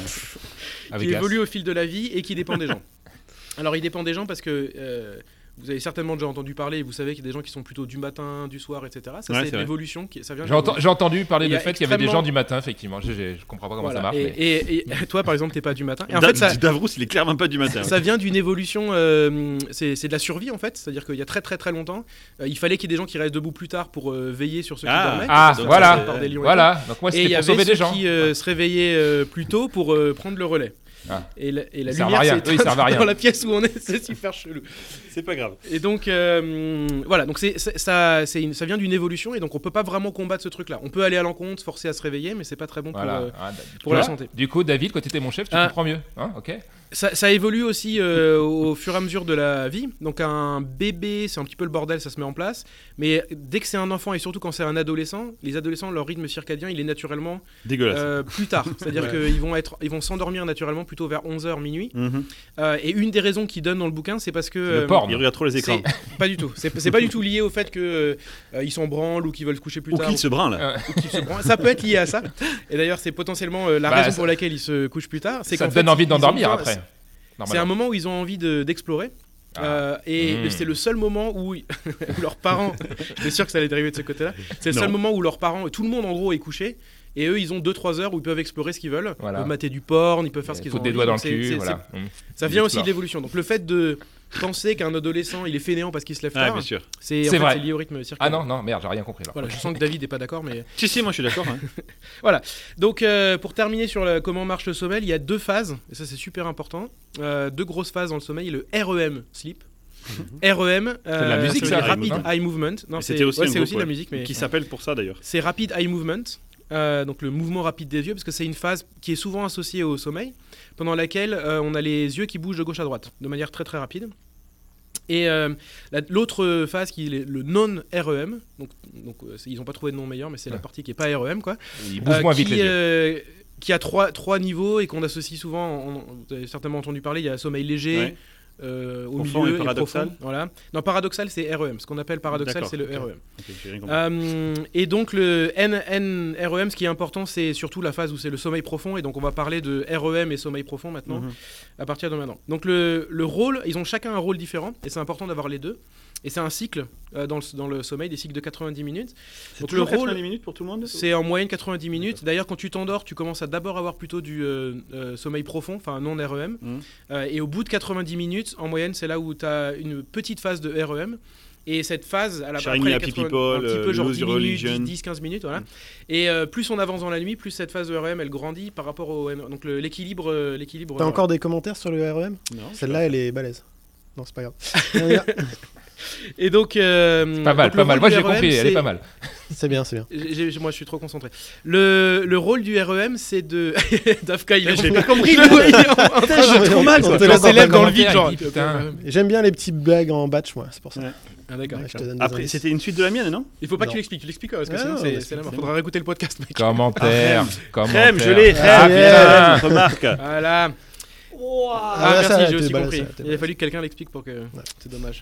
S2: qui évolue au fil de la vie et qui dépend des gens. Alors il dépend des gens parce que vous avez certainement déjà entendu parler, vous savez qu'il y a des gens qui sont plutôt du matin, du soir, etc. Ça, c'est l'évolution.
S3: J'ai entendu parler du fait qu'il y avait des gens du matin, effectivement. Je comprends pas comment ça marche.
S2: Et toi, par exemple, t'es pas du matin. Et en
S1: fait, Davrous, il est clairement pas du matin.
S2: Ça vient d'une évolution, c'est de la survie, en fait. C'est-à-dire qu'il y a très très très longtemps, il fallait qu'il y ait des gens qui restent debout plus tard pour veiller sur ceux qui dormaient.
S3: Voilà. Donc moi, c'était pour sauver des gens.
S2: Et il y avait ceux qui se réveillaient plus tôt pour prendre le relais. Et la lumière c'est dans la pièce où on est, c'est super chelou.
S1: C'est pas grave.
S2: Et donc voilà, donc ça vient d'une évolution et donc on peut pas vraiment combattre ce truc là. On peut aller à l'encontre, se forcer à se réveiller, mais c'est pas très bon pour la santé.
S3: Du coup, David, quand tu étais mon chef, tu comprends mieux, ok.
S2: Ça évolue aussi au fur et à mesure de la vie. Donc un bébé, c'est un petit peu le bordel, ça se met en place. Mais dès que c'est un enfant et surtout quand c'est un adolescent, les adolescents, leur rythme circadien, il est naturellement
S1: dégueulasse.
S2: Plus tard. C'est-à-dire qu'ils vont s'endormir naturellement plutôt vers 11h, minuit. Et une des raisons qu'ils donnent dans le bouquin, c'est parce que...
S1: le porn, ils regardent trop les écrans.
S2: Pas du tout. C'est pas du tout lié au fait qu'ils s'en branlent ou qu'ils veulent se coucher plus tard.
S1: Ou qu'ils se branlent.
S2: Ça peut être lié à ça. Et d'ailleurs, c'est potentiellement la raison pour laquelle ils se couchent plus tard.
S3: Ça te donne envie d'endormir après.
S2: C'est un moment où ils ont envie d'explorer. C'est le seul moment où leurs parents, j'étais sûr que ça allait dériver de ce côté-là, c'est le seul moment où leurs parents, tout le monde en gros est couché, et eux ils ont 2-3 heures où ils peuvent explorer ce qu'ils veulent, ils peuvent mater du porn, ils peuvent faire ce qu'ils ont envie.
S3: Des doigts dans le cul, voilà.
S2: Ça vient aussi de l'évolution. Donc le fait de penser qu'un adolescent il est fainéant parce qu'il se lève tard,
S1: bien sûr.
S2: C'est lié au rythme circadien.
S3: Ah non, merde, j'ai rien compris là.
S2: Voilà, je sens que David n'est pas d'accord, mais...
S1: Si, moi je suis d'accord.
S2: Voilà, donc pour terminer sur comment marche le sommeil, il y a 2 phases, et ça c'est super important, 2 grosses phases dans le sommeil, le REM, sleep. REM,
S3: c'est de la musique, ça,
S2: Rapid Eye Movement. Non, c'est aussi de la musique, mais
S1: qui s'appelle pour ça d'ailleurs.
S2: C'est Rapid Eye Movement, donc le mouvement rapide des yeux, parce que c'est une phase qui est souvent associée au sommeil, pendant laquelle on a les yeux qui bougent de gauche à droite, de manière très très rapide. Et l'autre phase qui est le non-REM, donc ils n'ont pas trouvé de nom meilleur, mais c'est la partie qui n'est pas REM, quoi.
S3: Ils bougent moins vite les yeux.
S2: Qui a trois niveaux et qu'on associe souvent, vous avez certainement entendu parler, il y a sommeil léger, au milieu et profond. Voilà. Non, paradoxal c'est REM. Ce qu'on appelle paradoxal c'est le REM. Et donc le NREM, ce qui est important, c'est surtout la phase où c'est le sommeil profond. Et donc on va parler de REM et sommeil profond maintenant, à partir de maintenant. Donc le rôle, ils ont chacun un rôle différent et c'est important d'avoir les deux. Et c'est un cycle dans le sommeil, des cycles de 90 minutes.
S1: Donc le rôle, 90 minutes pour tout le monde.
S2: C'est en moyenne 90 minutes. D'ailleurs, quand tu t'endors, tu commences à d'abord avoir plutôt du sommeil profond, enfin non REM. Et au bout de 90 minutes, en moyenne, c'est là où tu as une petite phase de REM. Et cette phase, à la fin, après, un petit peu genre 10 minutes, 10-15 minutes, voilà. Et plus on avance dans la nuit, plus cette phase de REM, elle grandit par rapport au... Donc l'équilibre...
S4: T'as encore des commentaires sur le REM ? Non. Celle-là, elle est balèze. Non, c'est pas grave.
S2: Et donc...
S3: pas mal. Moi, j'ai compris, elle est pas mal.
S4: C'est bien.
S2: Moi, je suis trop concentré. Le rôle du REM, c'est de. Dafka, il
S1: J'ai
S2: pas
S1: compris.
S4: J'ai trop mal.
S2: On te laisse élève dans le vide, genre.
S3: Putain.
S4: J'aime bien les petits blagues en batch, moi, c'est pour ça.
S1: Ouais.
S2: Ah, d'accord.
S4: Ouais, je te donne des
S1: Après,
S4: indices.
S1: c'était une suite de la mienne, non?
S2: Il faut pas que
S4: Non.
S2: tu l'expliques. Tu l'expliques parce que
S4: Ah,
S2: sinon,
S4: non,
S2: c'est la mort. Faudra réécouter le podcast, mec.
S3: Commentaire.
S1: Crème, je l'ai.
S4: Ah,
S1: Crème, remarque.
S2: Voilà.
S4: Ah, ça,
S2: merci, j'ai
S4: t'es
S2: aussi
S4: balèze,
S2: compris.
S4: ça, t'es
S2: Il a
S4: balèze.
S2: fallu que quelqu'un l'explique pour que. C'est dommage.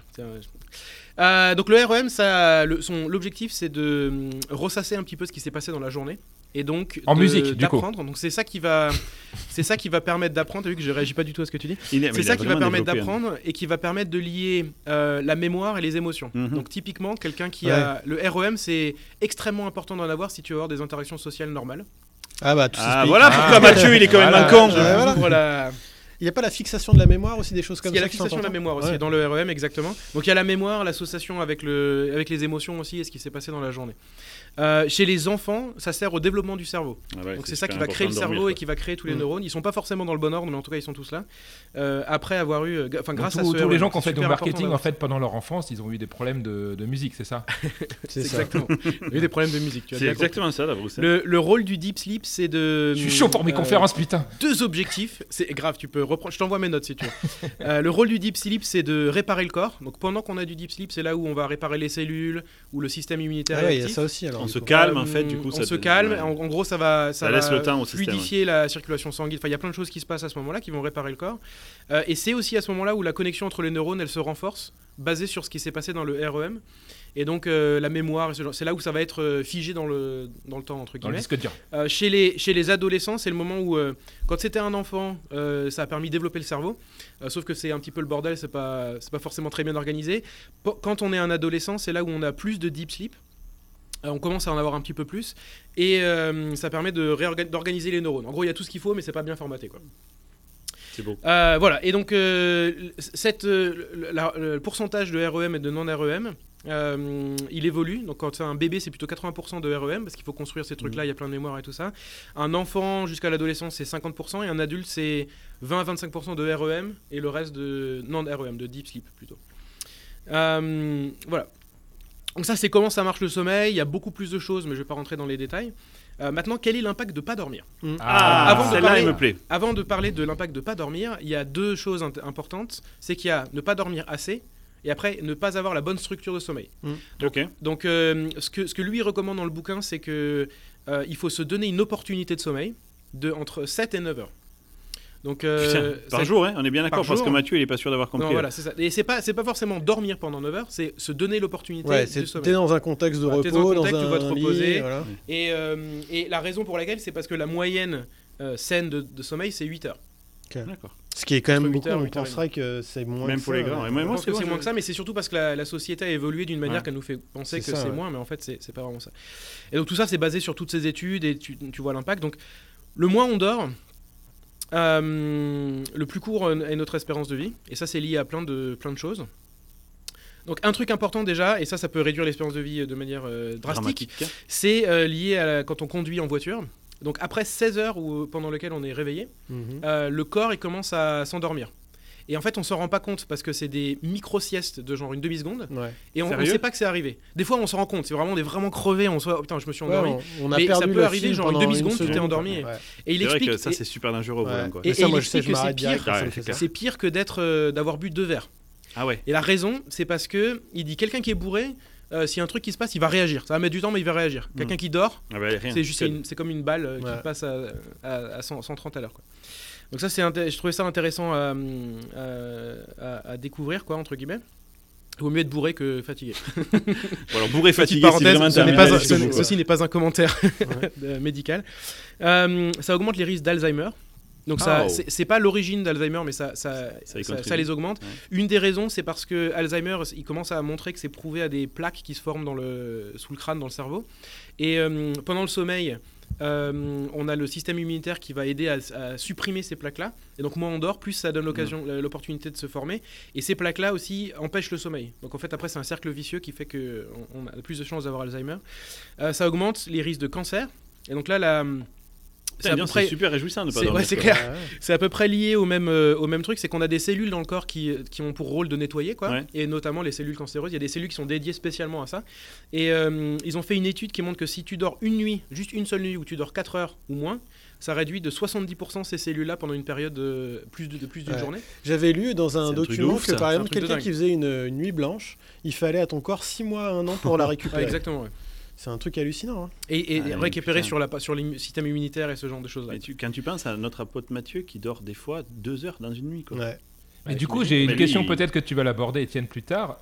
S2: Donc le REM, l'objectif, c'est de ressasser un petit peu ce qui s'est passé dans la journée. Et donc
S3: En musique, du coup.
S2: d'apprendre. Donc c'est ça qui va permettre d'apprendre. T'as vu que je réagis pas du tout à ce que tu dis.
S1: Il
S2: C'est ça qui va
S1: vraiment
S2: permettre
S1: développé, hein.
S2: d'apprendre et qui va permettre de lier la mémoire et les émotions.
S1: Mhm.
S2: Donc typiquement, quelqu'un qui a le REM, c'est extrêmement important d'en avoir si tu veux avoir des interactions sociales normales.
S4: Ah bah, tout
S1: Ah,
S4: s'explique.
S1: voilà pourquoi Mathieu, il est quand même
S3: Voilà.
S1: un con.
S4: voilà.
S2: Voilà.
S4: Il n'y a pas la fixation de la mémoire aussi, des choses comme
S2: Il y a
S4: ça
S2: la
S4: qui sont
S2: fixation de la
S4: importantes
S2: mémoire aussi
S4: Ouais.
S2: dans le REM, exactement. Donc il y a la mémoire, l'association avec les émotions aussi et ce qui s'est passé dans la journée. Chez les enfants, ça sert au développement du cerveau.
S1: Ah ouais,
S2: Donc c'est ça qui
S1: super
S2: va créer le
S1: important de
S2: cerveau
S1: dormir,
S2: et qui va créer tous les
S4: Mm.
S2: neurones. Ils sont pas forcément dans le bon ordre, mais en tout cas ils sont tous là. Après avoir eu, enfin grâce à
S3: tous
S2: ce
S3: les gens
S2: REM,
S3: qui ont
S2: c'est
S3: fait du
S2: super important
S3: marketing, en
S2: d'avoir
S3: fait, pendant leur enfance, ils ont eu des problèmes de musique, c'est ça?
S4: C'est ça.
S2: Exactement. Il y a eu des problèmes de musique. Tu as
S1: C'est
S2: bien compris.
S1: exactement ça, là, Bruce.
S2: Le rôle du deep sleep, c'est de.
S3: Je suis chaud pour mes conférences, putain.
S2: 2 objectifs, c'est grave, tu peux reprendre, je t'envoie mes notes si tu veux. Le rôle du deep sleep, c'est de réparer le corps. Donc pendant qu'on a du deep sleep, c'est là où on va réparer les cellules, où le système immunitaire
S4: Ah
S2: est
S4: ouais, il y a
S2: actif.
S4: ça aussi alors.
S1: On
S4: du
S1: se
S4: coup.
S1: calme, en fait, du coup.
S2: On se calme,
S1: ouais.
S2: en gros ça va
S1: laisse le temps au système,
S2: fluidifier la circulation sanguine. Enfin, il y a plein de choses qui se passent à ce moment-là qui vont réparer le corps. Et c'est aussi à ce moment-là où la connexion entre les neurones, elle se renforce, basée sur ce qui s'est passé dans le REM. Et donc la mémoire, c'est là où ça va être figé dans le temps, entre
S3: Dans le
S2: guillemets.
S3: disque dur.
S2: Chez les adolescents, c'est le moment où, quand c'était un enfant, ça a permis de développer le cerveau. Sauf que c'est un petit peu le bordel, c'est pas forcément très bien organisé. Quand on est un adolescent, c'est là où on a plus de deep sleep. On commence à en avoir un petit peu plus. Et ça permet d'organiser les neurones. En gros, il y a tout ce qu'il faut, mais c'est pas bien formaté, quoi.
S1: C'est beau.
S2: Voilà, et donc le pourcentage de REM et de non-REM, il évolue. Donc quand c'est un bébé, c'est plutôt 80% de REM, parce qu'il faut construire ces trucs-là, il y a plein de mémoire et tout ça. Un enfant jusqu'à l'adolescence, c'est 50%, et un adulte, c'est 20 à 25% de REM, et le reste de non-REM, de deep sleep plutôt. Voilà. Donc ça, c'est comment ça marche le sommeil. Il y a beaucoup plus de choses, mais je ne vais pas rentrer dans les détails. Maintenant, quel est l'impact de ne pas dormir ?
S1: Ah,
S2: Avant de
S1: celle-là,
S2: parler-
S1: il me plaît.
S2: Avant de parler de l'impact de ne pas dormir, il y a 2 choses importantes. C'est qu'il y a ne pas dormir assez, et après, ne pas avoir la bonne structure de sommeil.
S1: Ok.
S2: Donc, ce que lui recommande dans le bouquin, c'est que il faut se donner une opportunité de sommeil entre 7 et 9 heures. Donc,
S1: Putain, par
S2: ça-
S1: jour, hein, on est bien d'accord,
S2: par
S1: parce
S2: jour.
S1: que Mathieu, il est pas sûr d'avoir compris.
S2: Non, voilà, c'est ça. Et c'est pas forcément dormir pendant 9 heures, c'est se donner l'opportunité
S4: Ouais,
S2: du sommeil.
S4: t'es dans un contexte de
S2: Voilà,
S4: repos,
S2: t'es dans un contexte,
S4: dans
S2: tu vas te
S4: un
S2: reposer.
S4: lit, voilà.
S2: Et la raison pour laquelle, c'est parce que la moyenne saine de sommeil, c'est 8 heures.
S1: D'accord.
S4: Ce qui est quand même
S2: Entre
S4: beaucoup,
S2: 8 heures,
S4: on
S2: 8 heures et
S4: penserait que c'est moins
S1: Même
S4: que
S1: pour
S4: ça,
S1: les grands.
S4: ouais.
S1: Et moi,
S2: Je pense
S1: c'est
S2: que
S1: bon,
S2: c'est
S1: je-
S2: moins que ça, mais c'est surtout parce que la société a évolué d'une manière
S1: Ouais.
S2: qu'elle nous fait penser
S4: C'est
S2: que
S4: ça,
S2: c'est
S4: ouais.
S2: moins, mais en fait, c'est pas vraiment ça. Et donc tout ça, c'est basé sur toutes ces études et tu vois l'impact. Donc le moins on dort, le plus court est notre espérance de vie, et ça, c'est lié à plein de choses. Donc un truc important déjà, et ça peut réduire l'espérance de vie de manière drastique,
S1: Dramatique.
S2: c'est lié à quand on conduit en voiture. Donc après 16 heures pendant lesquelles on est réveillé,
S4: Mhm.
S2: le corps il commence à s'endormir. Et en fait, on s'en rend pas compte parce que c'est des micro-siestes de genre une demi-seconde,
S4: Ouais.
S2: et on
S1: Sérieux
S2: sait pas que c'est arrivé. Des fois, on s'en rend compte, c'est vraiment, on est vraiment crevé, on se dit, oh, putain, je me suis endormi.
S4: Ouais, on a
S2: Mais ça
S4: perdu
S2: peut
S4: le
S2: arriver,
S4: fil
S2: genre, une
S4: pendant
S2: demi-seconde,
S1: tu t'es
S4: seconde,
S2: endormi.
S4: quoi. Ouais.
S2: Et il
S1: C'est vrai
S2: explique,
S1: que ça,
S2: et-
S1: c'est super dangereux au
S4: Ouais.
S1: volant, quoi.
S2: Et-
S4: Et ça, moi,
S2: il
S4: je sais,
S2: explique
S4: je
S2: que c'est
S4: m'arrête direct
S2: pire.
S4: quand ça me
S1: Ouais,
S4: fait
S1: c'est
S4: ça.
S2: c'est pire que d'avoir bu 2 verres.
S1: Ah ouais.
S2: Et la raison, c'est parce que il dit quelqu'un qui est bourré, s'il y a un truc qui se passe, il va réagir. Ça va mettre du temps, mais il va réagir. Quelqu'un qui dort,
S1: Ah bah, rien.
S2: c'est juste c'est comme une balle
S4: Ouais.
S2: qui passe à 130 à l'heure, quoi. Donc ça, je trouvais ça intéressant à découvrir, quoi, entre guillemets. Il vaut mieux être bourré que fatigué.
S1: Bon, alors, bourré
S2: Petite
S1: fatigué, c'est
S2: parenthèse,
S1: vraiment
S2: ce n'est pas un-
S1: terminé.
S2: ce- ceci n'est pas un commentaire médical. Ça augmente les risques d'Alzheimer. Donc ça,
S1: Oh.
S2: c'est pas l'origine d'Alzheimer, mais ça
S1: y contribue.
S2: les augmente.
S1: Ouais.
S2: Une des raisons, c'est parce que Alzheimer, il commence à montrer que c'est prouvé à des plaques qui se forment sous le crâne, dans le cerveau. Et pendant le sommeil, on a le système immunitaire qui va aider à supprimer ces plaques-là. Et donc moins on dort, plus ça donne l'opportunité de se former. Et ces plaques-là aussi empêchent le sommeil. Donc en fait, après, c'est un cercle vicieux qui fait qu'on a plus de chances d'avoir Alzheimer. Ça augmente les risques de cancer. Et donc là,
S1: C'est super réjouissant de pas dormir.
S2: Ouais, c'est clair. C'est à peu près lié au même truc, c'est qu'on a des cellules dans le corps qui ont pour rôle de nettoyer, quoi. Ouais. Et notamment les cellules cancéreuses. Il y a des cellules qui sont dédiées spécialement à ça. Et ils ont fait une étude qui montre que si tu dors une nuit, juste une seule nuit, où tu dors 4 heures ou moins, ça réduit de 70% ces cellules-là pendant une période plus d'une journée.
S4: J'avais lu dans un document que par exemple, quelqu'un qui faisait une nuit blanche, il fallait à ton corps 6 mois à 1 an pour la récupérer.
S2: Exactement, ouais.
S4: C'est un truc hallucinant. Hein.
S2: Et récupérer sur le système immunitaire et ce genre de choses-là.
S1: Quand tu penses à notre pote Mathieu qui dort des fois 2 heures dans une nuit. Quoi.
S4: Ouais.
S3: Et du coup, j'ai une question peut-être que tu vas l'aborder, Étienne, plus tard.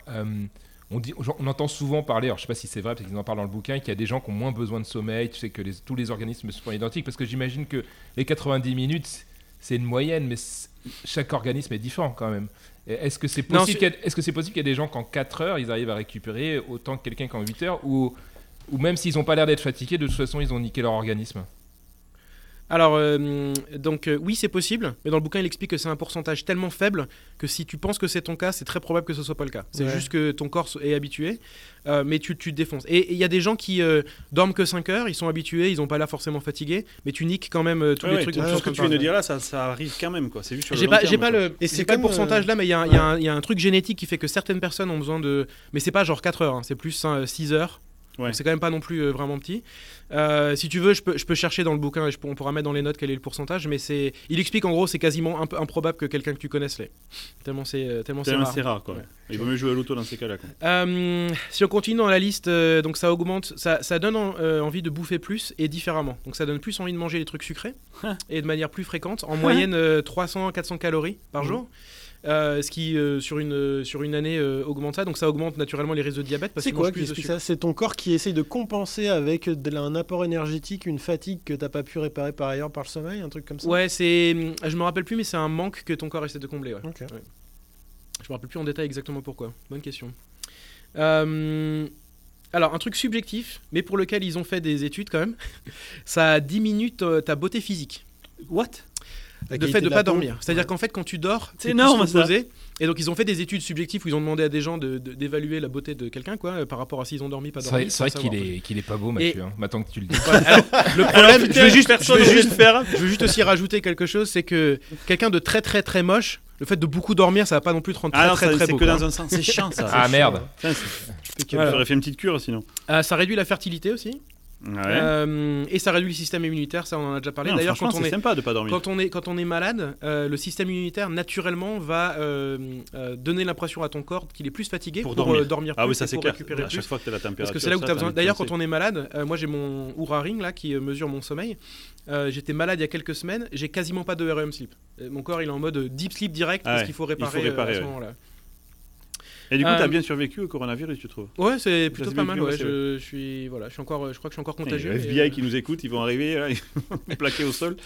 S3: On entend souvent parler, alors je ne sais pas si c'est vrai, parce qu'ils en parlent dans le bouquin, qu'il y a des gens qui ont moins besoin de sommeil, tu sais que tous les organismes sont identiques, parce que j'imagine que les 90 minutes, c'est une moyenne, mais chaque organisme est différent quand même. Est-ce que c'est possible qu'il y ait des gens qu'en 4 heures, ils arrivent à récupérer autant que quelqu'un qu'en 8 heures, ou même s'ils n'ont pas l'air d'être fatigués, de toute façon, ils ont niqué leur organisme?
S2: Alors, oui, c'est possible, mais dans le bouquin, il explique que c'est un pourcentage tellement faible que si tu penses que c'est ton cas, c'est très probable que ce soit pas le cas. C'est juste que ton corps est habitué, mais tu te défonces. Et il y a des gens qui dorment que 5 heures, ils sont habitués, ils n'ont pas l'air forcément fatigués, mais tu niques quand même tous les trucs.
S1: Ce que tu viens de dire là, ça arrive quand même, quoi. C'est juste sur le long terme.
S2: J'ai pas le pourcentage là, mais il y a un truc génétique qui fait que certaines personnes ont besoin de... Mais c'est pas genre 4 heures, hein, c'est plus 6 heures. Ouais. Donc c'est quand même pas non plus vraiment petit. Si tu veux, je peux chercher dans le bouquin et on pourra mettre dans les notes quel est le pourcentage, mais il explique en gros c'est quasiment un peu improbable que quelqu'un que tu connaisses l'ait. Tellement c'est
S1: rare quoi. Ouais. Il vaut mieux jouer à l'auto dans ces cas-là.
S2: Si on continue dans la liste, donc ça augmente, ça donne envie de bouffer plus et différemment. Donc ça donne plus envie de manger des trucs sucrés et de manière plus fréquente, en moyenne 300-400 calories par jour. Ce qui sur une année augmente ça, donc ça augmente naturellement les risques de diabète parce
S4: c'est quoi ça? C'est ton corps qui essaye de compenser avec un apport énergétique une fatigue que t'as pas pu réparer par ailleurs par le sommeil, un truc comme ça?
S2: Ouais, je me rappelle plus, mais c'est un manque que ton corps essaie de combler. Ouais.
S4: Okay.
S2: Ouais. Je me rappelle plus en détail exactement pourquoi. Bonne question. Alors un truc subjectif, mais pour lequel ils ont fait des études quand même, ça diminue ta beauté physique.
S1: What?
S2: Le fait de ne pas dormir. C'est-à-dire qu'en fait, quand tu dors,
S1: c'est énorme ça.
S2: Et donc, ils ont fait des études subjectives où ils ont demandé à des gens d'évaluer la beauté de quelqu'un, quoi, par rapport à s'ils ont dormi, pas dormi.
S3: C'est vrai qu'il est pas beau, Mathieu. Maintenant que tu le dis.
S2: Voilà, alors, le problème, je veux juste aussi rajouter quelque chose, c'est que quelqu'un de très très très moche, le fait de beaucoup dormir, ça va pas non plus te rendre très beau.
S1: C'est que dans un sens, c'est chiant ça.
S3: Ah merde.
S1: J'aurais fait une petite cure sinon.
S2: Ça réduit la fertilité aussi. Ouais. Et ça réduit le système immunitaire, ça on en a déjà parlé.
S1: Non,
S2: d'ailleurs,
S1: c'est sympa de pas dormir.
S2: Quand on est malade, le système immunitaire naturellement va donner l'impression à ton corps qu'il est plus fatigué pour dormir plus.
S1: Ah oui, ça c'est clair.
S2: Récupérer
S1: à chaque fois que tu as la température.
S2: Parce que c'est là où tu as besoin. D'ailleurs, quand on est malade, moi j'ai mon Oura Ring là qui mesure mon sommeil. J'étais malade il y a quelques semaines, j'ai quasiment pas de REM sleep. Mon corps il est en mode deep sleep direct parce qu'il faut réparer à ce moment-là.
S1: Et du coup, t'as bien survécu au coronavirus, tu trouves?
S2: Ouais, c'est plutôt pas mal. Ouais. Je crois que je suis encore contagieux.
S1: Le FBI qui nous écoute, ils vont arriver, là, ils vont plaquer au sol.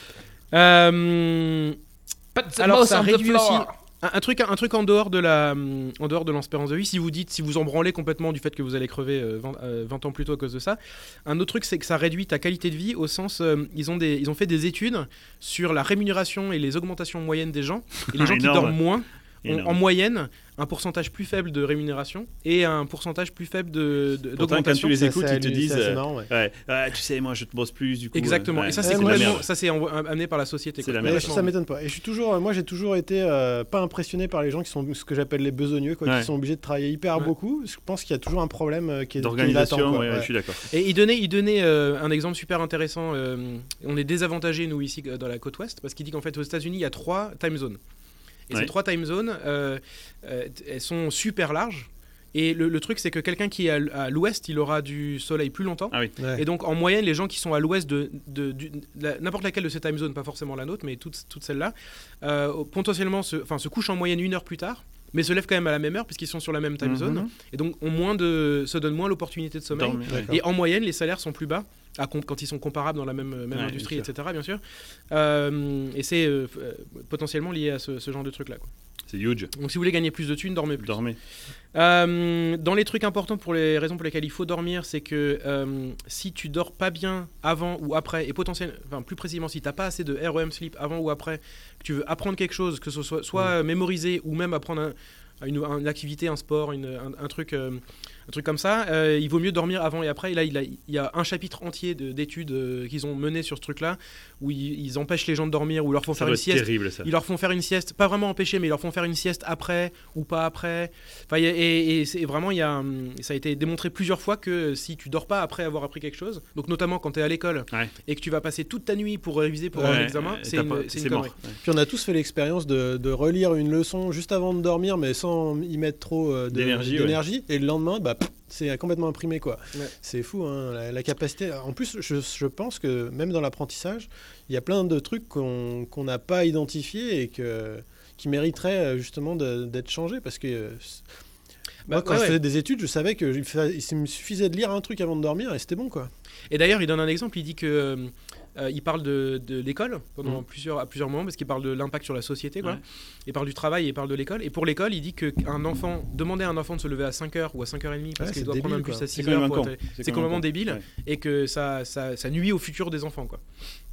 S2: Alors, ça réduit aussi un truc en dehors de l'espérance de vie. Si vous en branlez complètement du fait que vous allez crever 20 ans plus tôt à cause de ça, un autre truc, c'est que ça réduit ta qualité de vie au sens, ils ont fait des études sur la rémunération et les augmentations moyennes des gens. Et les gens qui dorment moins ont en moyenne un pourcentage plus faible de rémunération et un pourcentage plus faible d'augmentation.
S1: Pourtant, quand tu les écoutes, ils te disent
S2: tu
S1: sais, moi je te bosse plus du coup.
S2: Exactement. Et ça, c'est amené par la société.
S4: Ça m'étonne pas. Et j'ai toujours été pas impressionné par les gens qui sont ce que j'appelle les besogneux, qui sont obligés de travailler hyper beaucoup. Je pense qu'il y a toujours un problème qui est
S1: d'organisation. Je suis d'accord.
S2: Et il donnait un exemple super intéressant. On est désavantagés nous ici dans la côte ouest parce qu'il dit qu'en fait aux États-Unis il y a 3 time zones. Et ces 3 time zones, elles sont super larges. Et le truc, c'est que quelqu'un qui est à l'ouest, il aura du soleil plus longtemps.
S1: Ah oui.
S2: Ouais. Et donc, en moyenne, les gens qui sont à l'ouest de n'importe laquelle de ces time zones, pas forcément la nôtre, mais toutes celles-là, potentiellement se couchent en moyenne 1 heure plus tard, mais se lèvent quand même à la même heure, puisqu'ils sont sur la même time zone. Et donc, se donnent moins l'opportunité de sommeil. Et en moyenne, les salaires sont plus bas. Quand ils sont comparables dans la même industrie, etc., bien sûr. Et c'est potentiellement lié à ce genre de truc-là.
S1: C'est huge.
S2: Donc si vous voulez gagner plus de thunes, dormez plus.
S1: Dormez.
S2: Dans les trucs importants pour les raisons pour lesquelles il faut dormir, c'est que si tu dors pas bien avant ou après, et potentiellement, plus précisément, si tu n'as pas assez de REM sleep avant ou après, que tu veux apprendre quelque chose, que ce soit mémoriser ou même apprendre une activité, un sport, un truc un truc comme ça. Il vaut mieux dormir avant et après. Et là, il y a un chapitre entier d'études qu'ils ont mené sur ce truc-là, où ils empêchent les gens de dormir, ou leur font faire une sieste.
S1: Terrible, ça.
S2: Ils leur font faire une sieste, pas vraiment empêcher, mais ils leur font faire une sieste après ou pas après. Enfin, c'est vraiment, ça a été démontré plusieurs fois que si tu dors pas après avoir appris quelque chose, donc notamment quand tu es à l'école et que tu vas passer toute ta nuit pour réviser pour un examen, c'est une connerie.
S4: Puis on a tous fait l'expérience de relire une leçon juste avant de dormir, mais sans y mettre trop d'énergie. Et le lendemain, c'est complètement imprimé, quoi. Ouais. C'est fou, hein, la capacité. En plus, je pense que même dans l'apprentissage, il y a plein de trucs qu'on n'a pas identifiés et qui mériteraient justement d'être changés, parce que moi, quand je faisais des études, je savais qu'il me suffisait de lire un truc avant de dormir et c'était bon, quoi.
S2: Et d'ailleurs, il donne un exemple, il dit que il parle de l'école pendant à plusieurs moments, parce qu'il parle de l'impact sur la société, quoi. Il parle du travail et il parle de l'école. Et pour l'école, il dit demander à un enfant de se lever à 5h ou à 5h30 parce qu'il doit prendre un bus à 6h, c'est complètement débile, et que ça nuit au futur des enfants, quoi.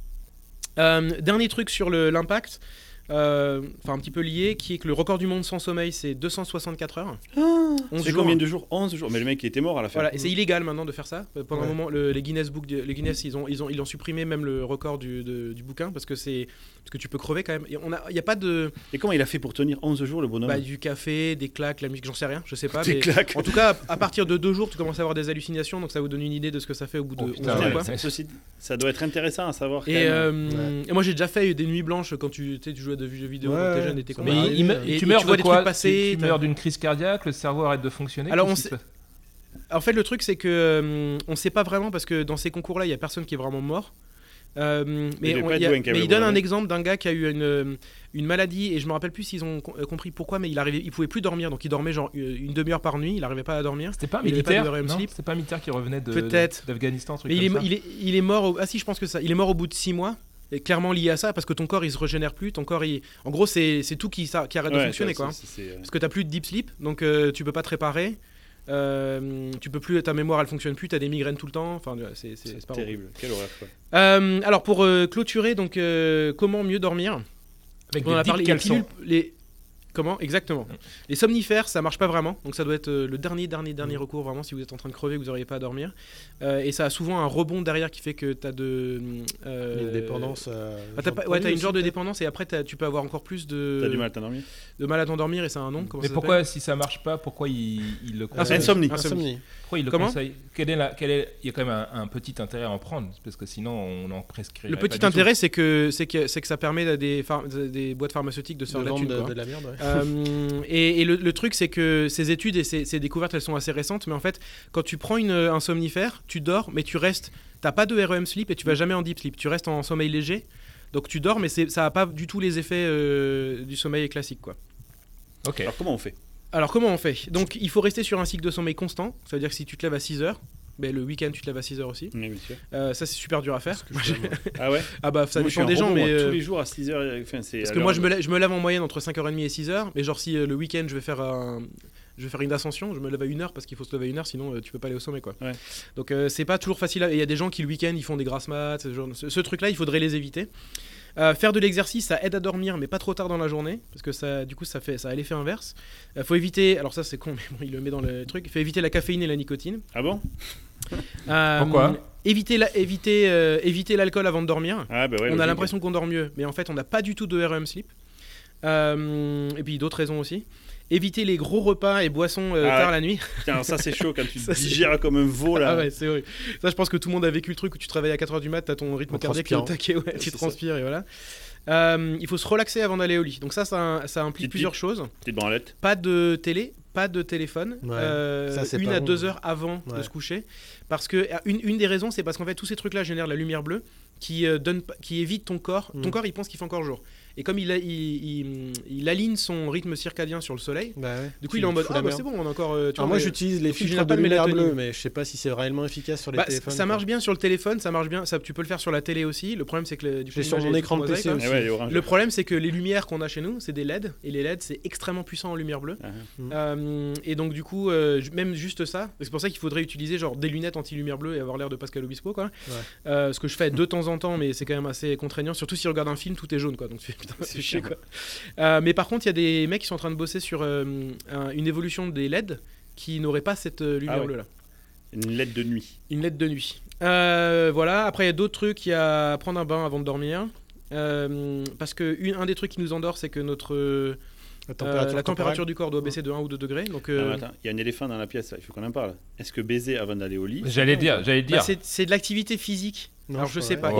S2: Dernier truc sur l'impact, un petit peu lié, qui est que le record du monde sans sommeil, c'est 264 heures.
S1: C'est combien de jours? 11 jours. Mais le mec il était mort à la fin.
S2: Voilà, et c'est illégal maintenant de faire ça. Pendant un moment, les Guinness ils ont supprimé même le record du bouquin parce que tu peux crever quand même. Et il y a pas de.
S1: Et comment il a fait pour tenir 11 jours, le bonhomme?
S2: Du café, des claques, la musique, j'en sais rien, je sais pas.
S1: Des claques.
S2: En tout cas, à partir de 2 jours, tu commences à avoir des hallucinations, donc ça vous donne une idée de ce que ça fait au bout de 11 jours.
S1: Ça doit être intéressant à savoir.
S2: Et moi j'ai déjà fait des nuits blanches quand tu jouais à des jeux vidéo quand t'es jeune et t'es comme.
S3: Mais tu meurs de quoi? Tu meurs d'une crise cardiaque, le cerveau arrête de fonctionner.
S2: Alors en fait, le truc c'est que on sait pas vraiment, parce que dans ces concours-là, il y a personne qui est vraiment mort. Mais il donne un exemple d'un gars qui a eu une maladie, et je me rappelle plus s'ils ont compris pourquoi, mais il pouvait plus dormir, donc il dormait genre une demi-heure par nuit, il arrivait pas à dormir.
S3: C'était pas un militaire, non? C'était pas un militaire qui revenait d'Afghanistan,
S2: mais il est mort si, je pense que ça. Il est mort au bout de 6 mois. Et clairement lié à ça, parce que ton corps il se régénère plus, en gros c'est tout qui arrête de fonctionner, quoi. Parce que t'as plus de deep sleep, donc tu peux pas te réparer, tu peux plus, ta mémoire elle fonctionne plus, t'as des migraines tout le temps, enfin c'est pas
S1: terrible, quelle horreur, quoi.
S2: Alors pour clôturer, donc comment mieux dormir,
S3: avec on a parlé des pilules,
S2: Comment? Exactement. Les somnifères, ça marche pas vraiment, donc ça doit être le dernier recours, vraiment, si vous êtes en train de crever, que vous n'auriez pas à dormir. Et ça a souvent un rebond derrière qui fait que tu as
S4: une dépendance.
S2: T'as une genre de dépendance, et après tu peux avoir encore plus de.
S1: T'as du mal à t'endormir.
S2: De mal à t'endormir, et ça a un nom.
S3: Mais pourquoi, si ça marche pas, pourquoi il le conseille?
S1: Insomnie.
S3: Pourquoi il le conseille? Il y a quand même un petit intérêt à en prendre, parce que sinon on en prescrirait.
S2: Le petit intérêt, c'est que ça permet à des boîtes pharmaceutiques de se faire de la thune,
S4: de la merde.
S2: Et le truc, c'est que ces études et ces découvertes, elles sont assez récentes, mais en fait, quand tu prends un somnifère, tu dors, mais t'as pas de REM sleep et tu vas jamais en deep sleep, tu restes en sommeil léger, donc tu dors, mais ça a pas du tout les effets du sommeil classique, quoi.
S1: Ok. Alors comment on fait?
S2: Donc il faut rester sur un cycle de sommeil constant, ça veut dire que si tu te lèves à 6h, le week-end tu te lèves à 6h aussi.
S1: Oui, bien sûr.
S2: Ça c'est super dur à faire.
S1: Ah ouais?
S2: Ah bah ça dépend des gens, mais
S1: tous les jours à 6h,
S2: parce que moi je me lève en moyenne entre 5h30 et 6h, mais genre si le week-end je vais faire une ascension, je me lève à 1h, parce qu'il faut se lever à 1h, sinon tu peux pas aller au sommet, quoi. Ouais. Donc c'est pas toujours facile. Il y a des gens qui le week-end ils font des grasses mat, ce truc-là il faudrait les éviter. Faire de l'exercice, ça aide à dormir, mais pas trop tard dans la journée, parce que ça a l'effet inverse. Faut éviter, alors ça c'est con, mais bon, il le met dans le truc, il faut éviter la caféine et la nicotine.
S1: Ah bon?
S3: Pourquoi?
S2: Éviter l'alcool avant de dormir. On a l'impression qu'on dort mieux, mais en fait on n'a pas du tout de REM sleep. Et puis d'autres raisons aussi. Éviter les gros repas et boissons tard la nuit.
S1: Putain, ça c'est chaud quand tu digères comme un veau là.
S2: Ah ouais, c'est vrai. Ça, je pense que tout le monde a vécu le truc où tu travailles à 4h du mat, t'as ton rythme cardiaque qui est au taquet, tu transpires, et voilà. Il faut se relaxer avant d'aller au lit. Donc ça implique plusieurs choses.
S1: Petite branlette.
S2: Pas de télé, pas de téléphone, 1 à 2 heures avant de se coucher. Parce que une des raisons, c'est parce qu'en fait tous ces trucs-là génèrent la lumière bleue qui évite ton corps. Ton corps il pense qu'il fait encore jour. Et comme il aligne son rythme circadien sur le soleil, du coup il est en mode c'est bon, on a encore.
S4: Moi j'utilise les filtres de lumière bleue, mais je sais pas si c'est réellement efficace sur les téléphones.
S2: Ça marche bien sur le téléphone, ça marche bien. Tu peux le faire sur la télé aussi. Le problème c'est que
S4: j'ai sur mon écran de PC aussi.
S2: Le problème c'est que les lumières qu'on a chez nous, c'est des LED, et les LED c'est extrêmement puissant en lumière bleue. Et donc du coup, même juste ça, c'est pour ça qu'il faudrait utiliser genre des lunettes anti-lumière bleue et avoir l'air de Pascal Obispo, quoi. Ce que je fais de temps en temps, mais c'est quand même assez contraignant. Surtout si tu regardes un film, tout est jaune, quoi. Donc putain, c'est chiant, quoi. Mais par contre, il y a des mecs qui sont en train de bosser sur une évolution des LED qui n'aurait pas cette lumière bleue là.
S1: Une LED de nuit.
S2: Une LED de nuit. Voilà. Après, il y a d'autres trucs. Il y a prendre un bain avant de dormir. Parce que un des trucs qui nous endort, c'est que la température du corps doit baisser de 1 ou 2 degrés. Donc,
S1: attends, il y a un éléphant dans la pièce, là. Il faut qu'on en parle. Est-ce que baiser avant d'aller au lit?
S3: J'allais dire.
S2: C'est de l'activité physique.
S4: Non,
S2: alors je sais pas.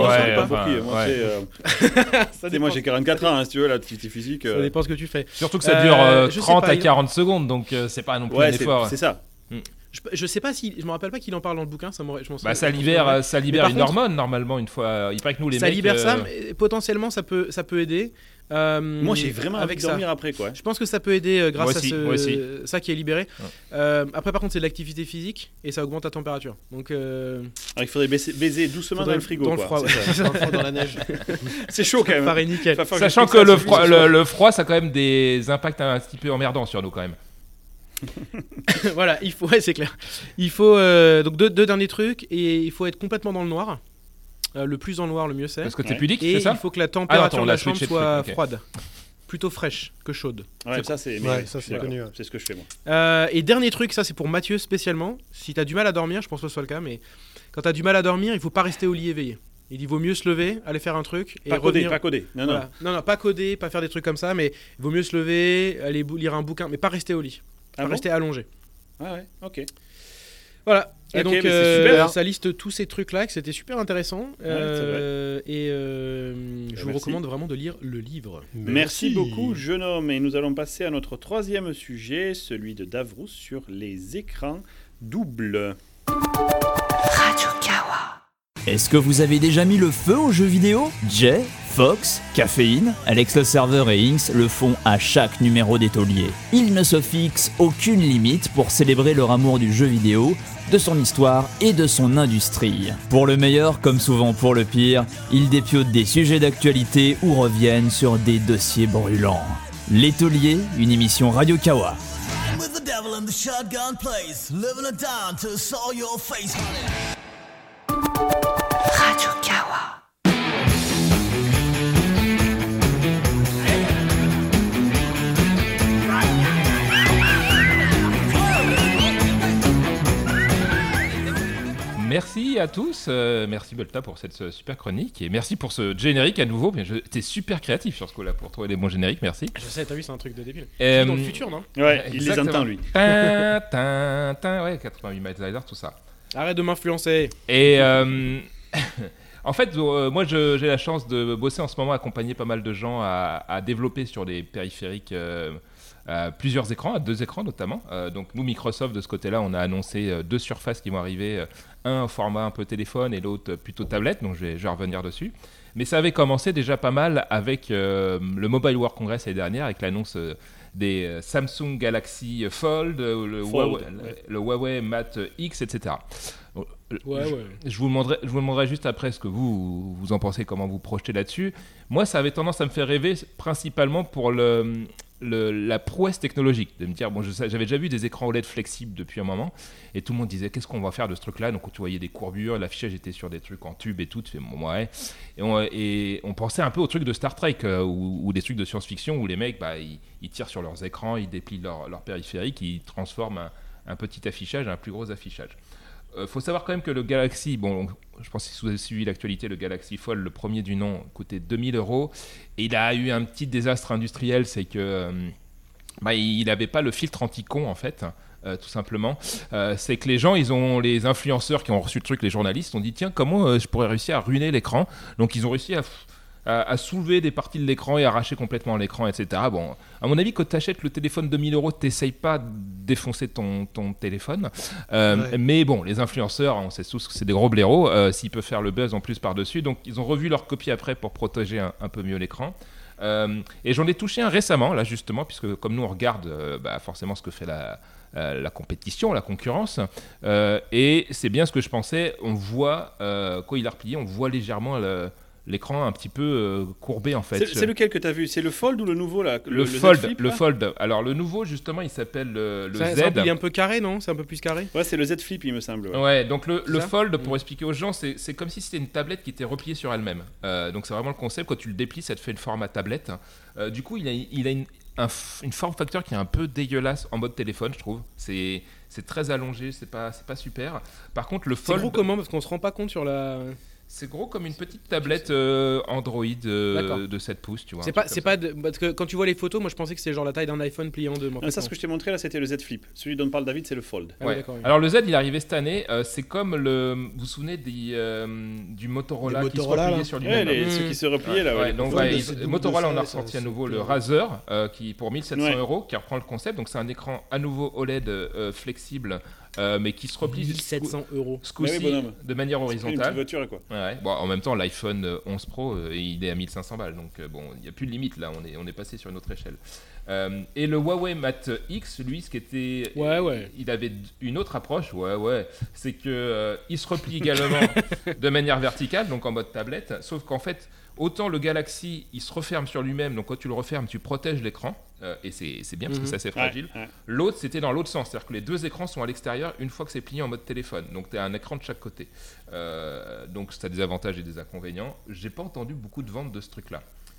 S1: Moi j'ai 44 ans, si tu veux, l'activité physique.
S2: Ça dépend ce que tu fais.
S3: Surtout que ça dure 30 à 40 secondes, donc c'est pas non plus un effort.
S1: C'est ça.
S2: Je sais pas si je me rappelle pas qu'il en parle dans le bouquin,
S3: ça libère une hormone normalement une fois. Il paraît que nous les mecs.
S2: Ça libère ça, mais potentiellement ça peut aider.
S1: Moi j'ai vraiment envie de dormir après quoi.
S2: Je pense que ça peut aider grâce à ça qui est libéré. Après par contre c'est de l'activité physique et ça augmente la température. Donc alors,
S1: il faudrait baiser doucement dans le frigo,
S2: dans le froid,
S4: dans la neige.
S1: C'est chaud quand même.
S2: Pareil, nickel.
S3: Sachant que le froid ça a quand même des impacts un petit peu emmerdants sur nous quand même.
S2: Voilà, c'est clair. Il faut donc deux derniers trucs et il faut être complètement dans le noir. Le plus dans le noir, le mieux c'est.
S3: Parce que t'es pudique,
S2: et
S3: c'est ça.
S2: Il faut que la température de la chambre soit froide, plutôt fraîche que chaude.
S1: Ouais, ça c'est connu. C'est ce que je fais moi.
S2: Et dernier truc, ça c'est pour Mathieu spécialement. Si t'as du mal à dormir, je pense que ce soit le cas, mais quand t'as du mal à dormir, il faut pas rester au lit éveillé. Il vaut mieux se lever, aller faire un truc et revenir.
S1: Pas coder.
S2: Non, pas coder, pas faire des trucs comme ça, mais il vaut mieux se lever, aller lire un bouquin, mais pas rester au lit. Rester allongé.
S1: Ah ouais, ok.
S2: Voilà. Et
S1: okay,
S2: donc
S1: super.
S2: ça liste tous ces trucs-là, que c'était super intéressant. Je vous recommande vraiment de lire le livre.
S1: Merci beaucoup, jeune homme. Et nous allons passer à notre troisième sujet, celui de Davrous sur les écrans doubles.
S5: Radio Kawa. Est-ce que vous avez déjà mis le feu aux jeux vidéo? Jay, Fox, Caféine, Alex le serveur et Inks le font à chaque numéro des tauliers. Ils ne se fixent aucune limite pour célébrer leur amour du jeu vidéo, de son histoire et de son industrie. Pour le meilleur, comme souvent pour le pire, ils dépiotent des sujets d'actualité ou reviennent sur des dossiers brûlants. Les Tauliers, une émission Radio Kawa. Radio Kawa.
S3: Merci à tous, merci Belta pour cette super chronique et merci pour ce générique à nouveau. T'es super créatif sur ce coup-là pour trouver les bons génériques, merci.
S2: Je sais, t'as vu, c'est un truc de débile. C'est dans le futur, non?
S1: Ouais, il les entend lui.
S3: Ouais, 88 miles tout ça.
S2: Arrête de m'influencer.
S3: Et en fait, moi j'ai la chance de bosser en ce moment, accompagner pas mal de gens à développer sur les périphériques plusieurs écrans, 2 écrans notamment. Donc nous, Microsoft, de ce côté-là, on a annoncé 2 surfaces qui vont arriver, un au format un peu téléphone et l'autre plutôt tablette, donc je vais revenir dessus. Mais ça avait commencé déjà pas mal avec le Mobile World Congress l'année dernière, avec l'annonce des Samsung Galaxy Fold, le Huawei Mate X, etc. Bon, je vous demanderai juste après ce que vous en pensez, comment vous projetez là-dessus. Moi, ça avait tendance à me faire rêver principalement pour la prouesse technologique, de me dire, bon, j'avais déjà vu des écrans OLED flexibles depuis un moment, et tout le monde disait, qu'est-ce qu'on va faire de ce truc-là? Donc, tu voyais des courbures, l'affichage était sur des trucs en tube et tout, tu fais, bon, ouais. Et on pensait un peu aux trucs de Star Trek, ou des trucs de science-fiction, où les mecs, ils tirent sur leurs écrans, ils déplient leur périphérique, ils transforment un petit affichage en un plus gros affichage. Faut savoir quand même que le Galaxy, bon, je pense que si vous avez suivi l'actualité, le Galaxy Fold, le premier du nom, coûtait 2000 €. Et il a eu un petit désastre industriel, c'est que il n'avait pas le filtre anti-con en fait. Tout simplement, c'est que les influenceurs qui ont reçu le truc, les journalistes, ont dit tiens, comment je pourrais réussir à ruiner l'écran. Donc ils ont réussi à soulever des parties de l'écran et arracher complètement l'écran, etc. Bon, à mon avis, quand tu achètes le téléphone 2000 €, t'essayes pas de défoncer ton téléphone. Ouais. Mais bon, les influenceurs, on sait tous que c'est des gros blaireaux, s'ils peuvent faire le buzz en plus par-dessus. Donc, ils ont revu leur copie après pour protéger un peu mieux l'écran. Et j'en ai touché un récemment, là, justement, puisque comme nous, on regarde forcément ce que fait la compétition, la concurrence. Et c'est bien ce que je pensais. On voit, quand il a replié, on voit légèrement l'écran un petit peu courbé en fait.
S1: C'est lequel que tu as vu? C'est le Fold ou le nouveau là?
S3: Le Fold, Z Flip, le Fold. Alors le nouveau justement, il s'appelle le Z.
S2: Il est un peu carré, non? C'est un peu plus carré?
S1: Ouais, c'est le Z Flip, il me semble.
S3: Ouais, donc le Fold, pour expliquer aux gens, c'est comme si c'était une tablette qui était repliée sur elle-même. Donc c'est vraiment le concept. Quand tu le déplies, ça te fait le format tablette. Du coup, il a une forme facteur qui est un peu dégueulasse en mode téléphone, je trouve. C'est très allongé, c'est pas super. Par contre, le Fold...
S2: C'est gros comment ? Parce qu'on se rend pas compte sur la...
S3: C'est gros comme une petite tablette Android de 7 pouces, tu vois.
S2: Parce que quand tu vois les photos, moi je pensais que c'était genre la taille d'un iPhone plié en deux.
S1: Ça, ce que je t'ai montré là, c'était le Z Flip. Celui dont parle David, c'est le Fold.
S3: Ouais. Alors le Z, il est arrivé cette année. C'est comme vous vous souvenez du Motorola qui se repliait sur lui-même.
S1: Ceux qui se repliaient là.
S3: Donc Motorola, on a ressorti à nouveau le Razr qui pour 1700 €, qui reprend le concept. Donc c'est un écran à nouveau OLED flexible. Mais qui se replie
S2: 1700 €
S3: ce coup-ci de manière horizontale.
S1: Une petite voiture, quoi.
S3: Ouais. Bon, en même temps, l'iPhone 11 Pro, il est à 1500 balles. Donc, il n'y a plus de limite là. On est passé sur une autre échelle. Et le Huawei Mate X, lui, ce qui était. Il avait une autre approche. C'est qu'il se replie également de manière verticale, donc en mode tablette. Sauf qu'en fait, autant le Galaxy, il se referme sur lui-même. Donc, quand tu le refermes, tu protèges l'écran. Et c'est bien parce que c'est assez fragile. L'autre, c'était dans l'autre sens. C'est-à-dire que les deux écrans sont à l'extérieur une fois que c'est plié en mode téléphone. Donc, tu as un écran de chaque côté. Donc, ça a des avantages et des inconvénients. J'ai pas entendu beaucoup de ventes de ce truc-là.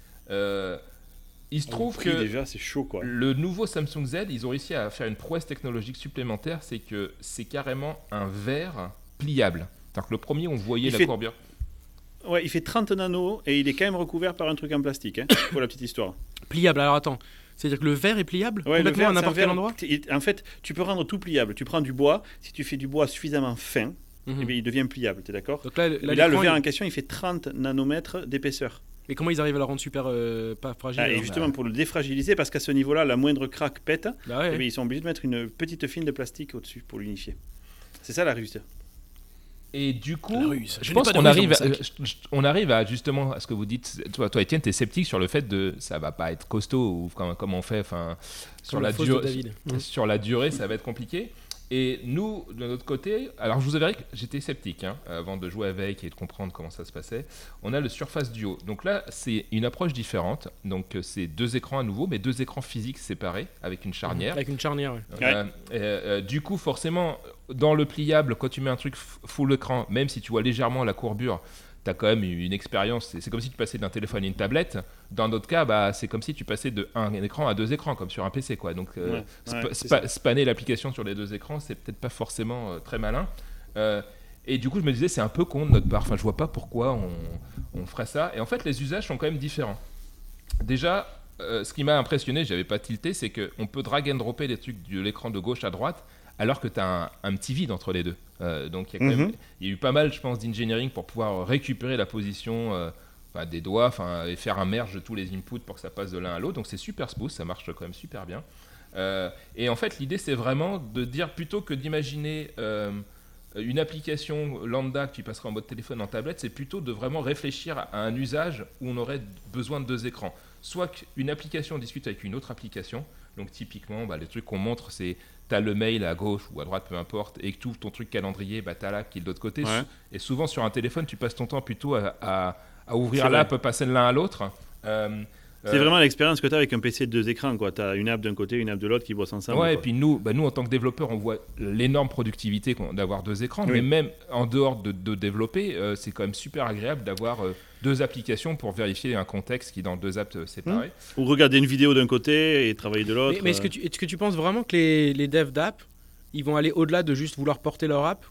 S3: Il se trouve que
S1: déjà, c'est chaud, quoi.
S3: Le nouveau Samsung Z, ils ont réussi à faire une prouesse technologique supplémentaire. C'est que c'est carrément un verre pliable. C'est-à-dire que le premier, on voyait la courbure.
S1: Ouais, il fait 30 nanos et il est quand même recouvert par un truc en plastique, pour la petite histoire.
S2: Pliable, alors attends. C'est-à-dire que le verre est pliable complètement à n'importe quel endroit ?
S1: En fait, tu peux rendre tout pliable. Tu prends du bois, si tu fais du bois suffisamment fin, eh bien, il devient pliable, tu es d'accord ?
S2: Donc là,
S1: le verre en question, il fait 30 nanomètres d'épaisseur.
S2: Et comment ils arrivent à le rendre super pas fragile
S1: Et justement, pour le défragiliser, parce qu'à ce niveau-là, la moindre craque pète, eh bien, ils sont obligés de mettre une petite file de plastique au-dessus pour l'unifier. C'est ça la ruse.
S3: Et du coup, je pense qu'on arrive à justement à ce que vous dites. Toi Étienne, tu es sceptique sur le fait de ça va pas être costaud ou comment on fait. Sur la durée, ça va être compliqué. Et nous, de notre côté, alors je vous avouerai que j'étais sceptique avant de jouer avec et de comprendre comment ça se passait. On a le Surface Duo. Donc là, c'est une approche différente. Donc c'est deux écrans à nouveau, mais deux écrans physiques séparés avec une charnière.
S2: Avec une charnière,
S3: du coup, forcément, dans le pliable, quand tu mets un truc full écran, même si tu vois légèrement la courbure, tu as quand même une expérience. C'est comme si tu passais d'un téléphone à une tablette. Dans d'autres cas, c'est comme si tu passais d'un écran à deux écrans, comme sur un PC, quoi. Donc, spanner l'application sur les deux écrans, c'est peut-être pas forcément très malin. Et du coup, je me disais, c'est un peu con de notre part. Enfin, je vois pas pourquoi on ferait ça. Et en fait, les usages sont quand même différents. Déjà, ce qui m'a impressionné, j'avais pas tilté, c'est qu'on peut drag and dropper des trucs de l'écran de gauche à droite, alors que tu as un petit vide entre les deux. Donc il y a eu pas mal, je pense, d'engineering pour pouvoir récupérer la position des doigts et faire un merge de tous les inputs pour que ça passe de l'un à l'autre. Donc c'est super smooth, ça marche quand même super bien. Et en fait, l'idée, c'est vraiment de dire, plutôt que d'imaginer une application lambda que tu passeras en mode téléphone, en tablette, c'est plutôt de vraiment réfléchir à un usage où on aurait besoin de deux écrans. Soit qu'une application discute avec une autre application. Donc typiquement, les trucs qu'on montre, c'est tu as le mail à gauche ou à droite, peu importe, et que tu ouvres ton truc calendrier, tu as l'app qui est de l'autre côté. Et souvent, sur un téléphone, tu passes ton temps plutôt à ouvrir l'app, passer de l'un à l'autre.
S1: C'est vraiment l'expérience que tu as avec un PC de deux écrans. Tu as une app d'un côté, une app de l'autre qui bossent ensemble.
S3: Ouais, et puis nous, en tant que développeurs, on voit l'énorme productivité d'avoir deux écrans. Mais même en dehors de développer, c'est quand même super agréable d'avoir deux applications pour vérifier un contexte qui est dans deux apps séparées.
S1: Ou regarder une vidéo d'un côté et travailler de l'autre.
S2: Mais est-ce que tu penses vraiment que les devs d'app, ils vont aller au-delà de juste vouloir porter leur app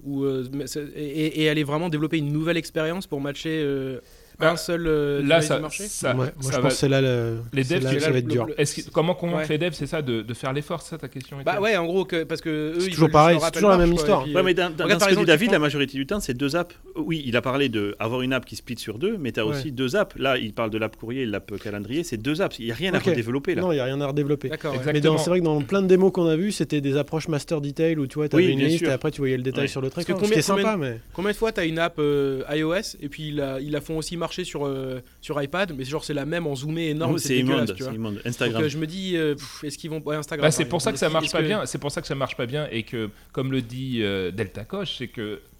S2: et aller vraiment développer une nouvelle expérience pour matcher un seul
S3: ça,
S2: marché.
S4: Moi, je pense que c'est là
S3: les devs,
S4: ça va être dur.
S3: Comment convaincre les devs, c'est ça, de faire l'effort, c'est ça ta question?
S2: Ouais, en gros, parce que eux,
S4: c'est toujours pareil, c'est toujours la même histoire.
S1: Mais dans ce que dit David, la majorité du temps, c'est deux apps. Oui, il a parlé d'avoir une app qui split sur deux, mais tu as aussi deux apps. Là, il parle de l'app courrier et de l'app calendrier, c'est deux apps. Il n'y a rien à redévelopper là.
S4: Non, il n'y a rien à redévelopper.
S2: D'accord.
S4: Mais c'est vrai que dans plein de démos qu'on a vues, c'était des approches master detail où tu vois, tu avais une liste et après tu voyais le détail sur l'autre écran. Ce qui est sympa, mais
S2: combien de fois tu as une app iOS et puis ils la font aussi marcher sur iPad, mais genre c'est la même en zoomé énorme.
S1: C'est immonde, c'est immonde. Instagram.
S2: Donc je me dis, est-ce qu'ils vont
S3: Instagram. C'est pour ça que ça marche pas bien. C'est pour ça que ça marche pas bien et que, comme le dit Delta Coche, c'est que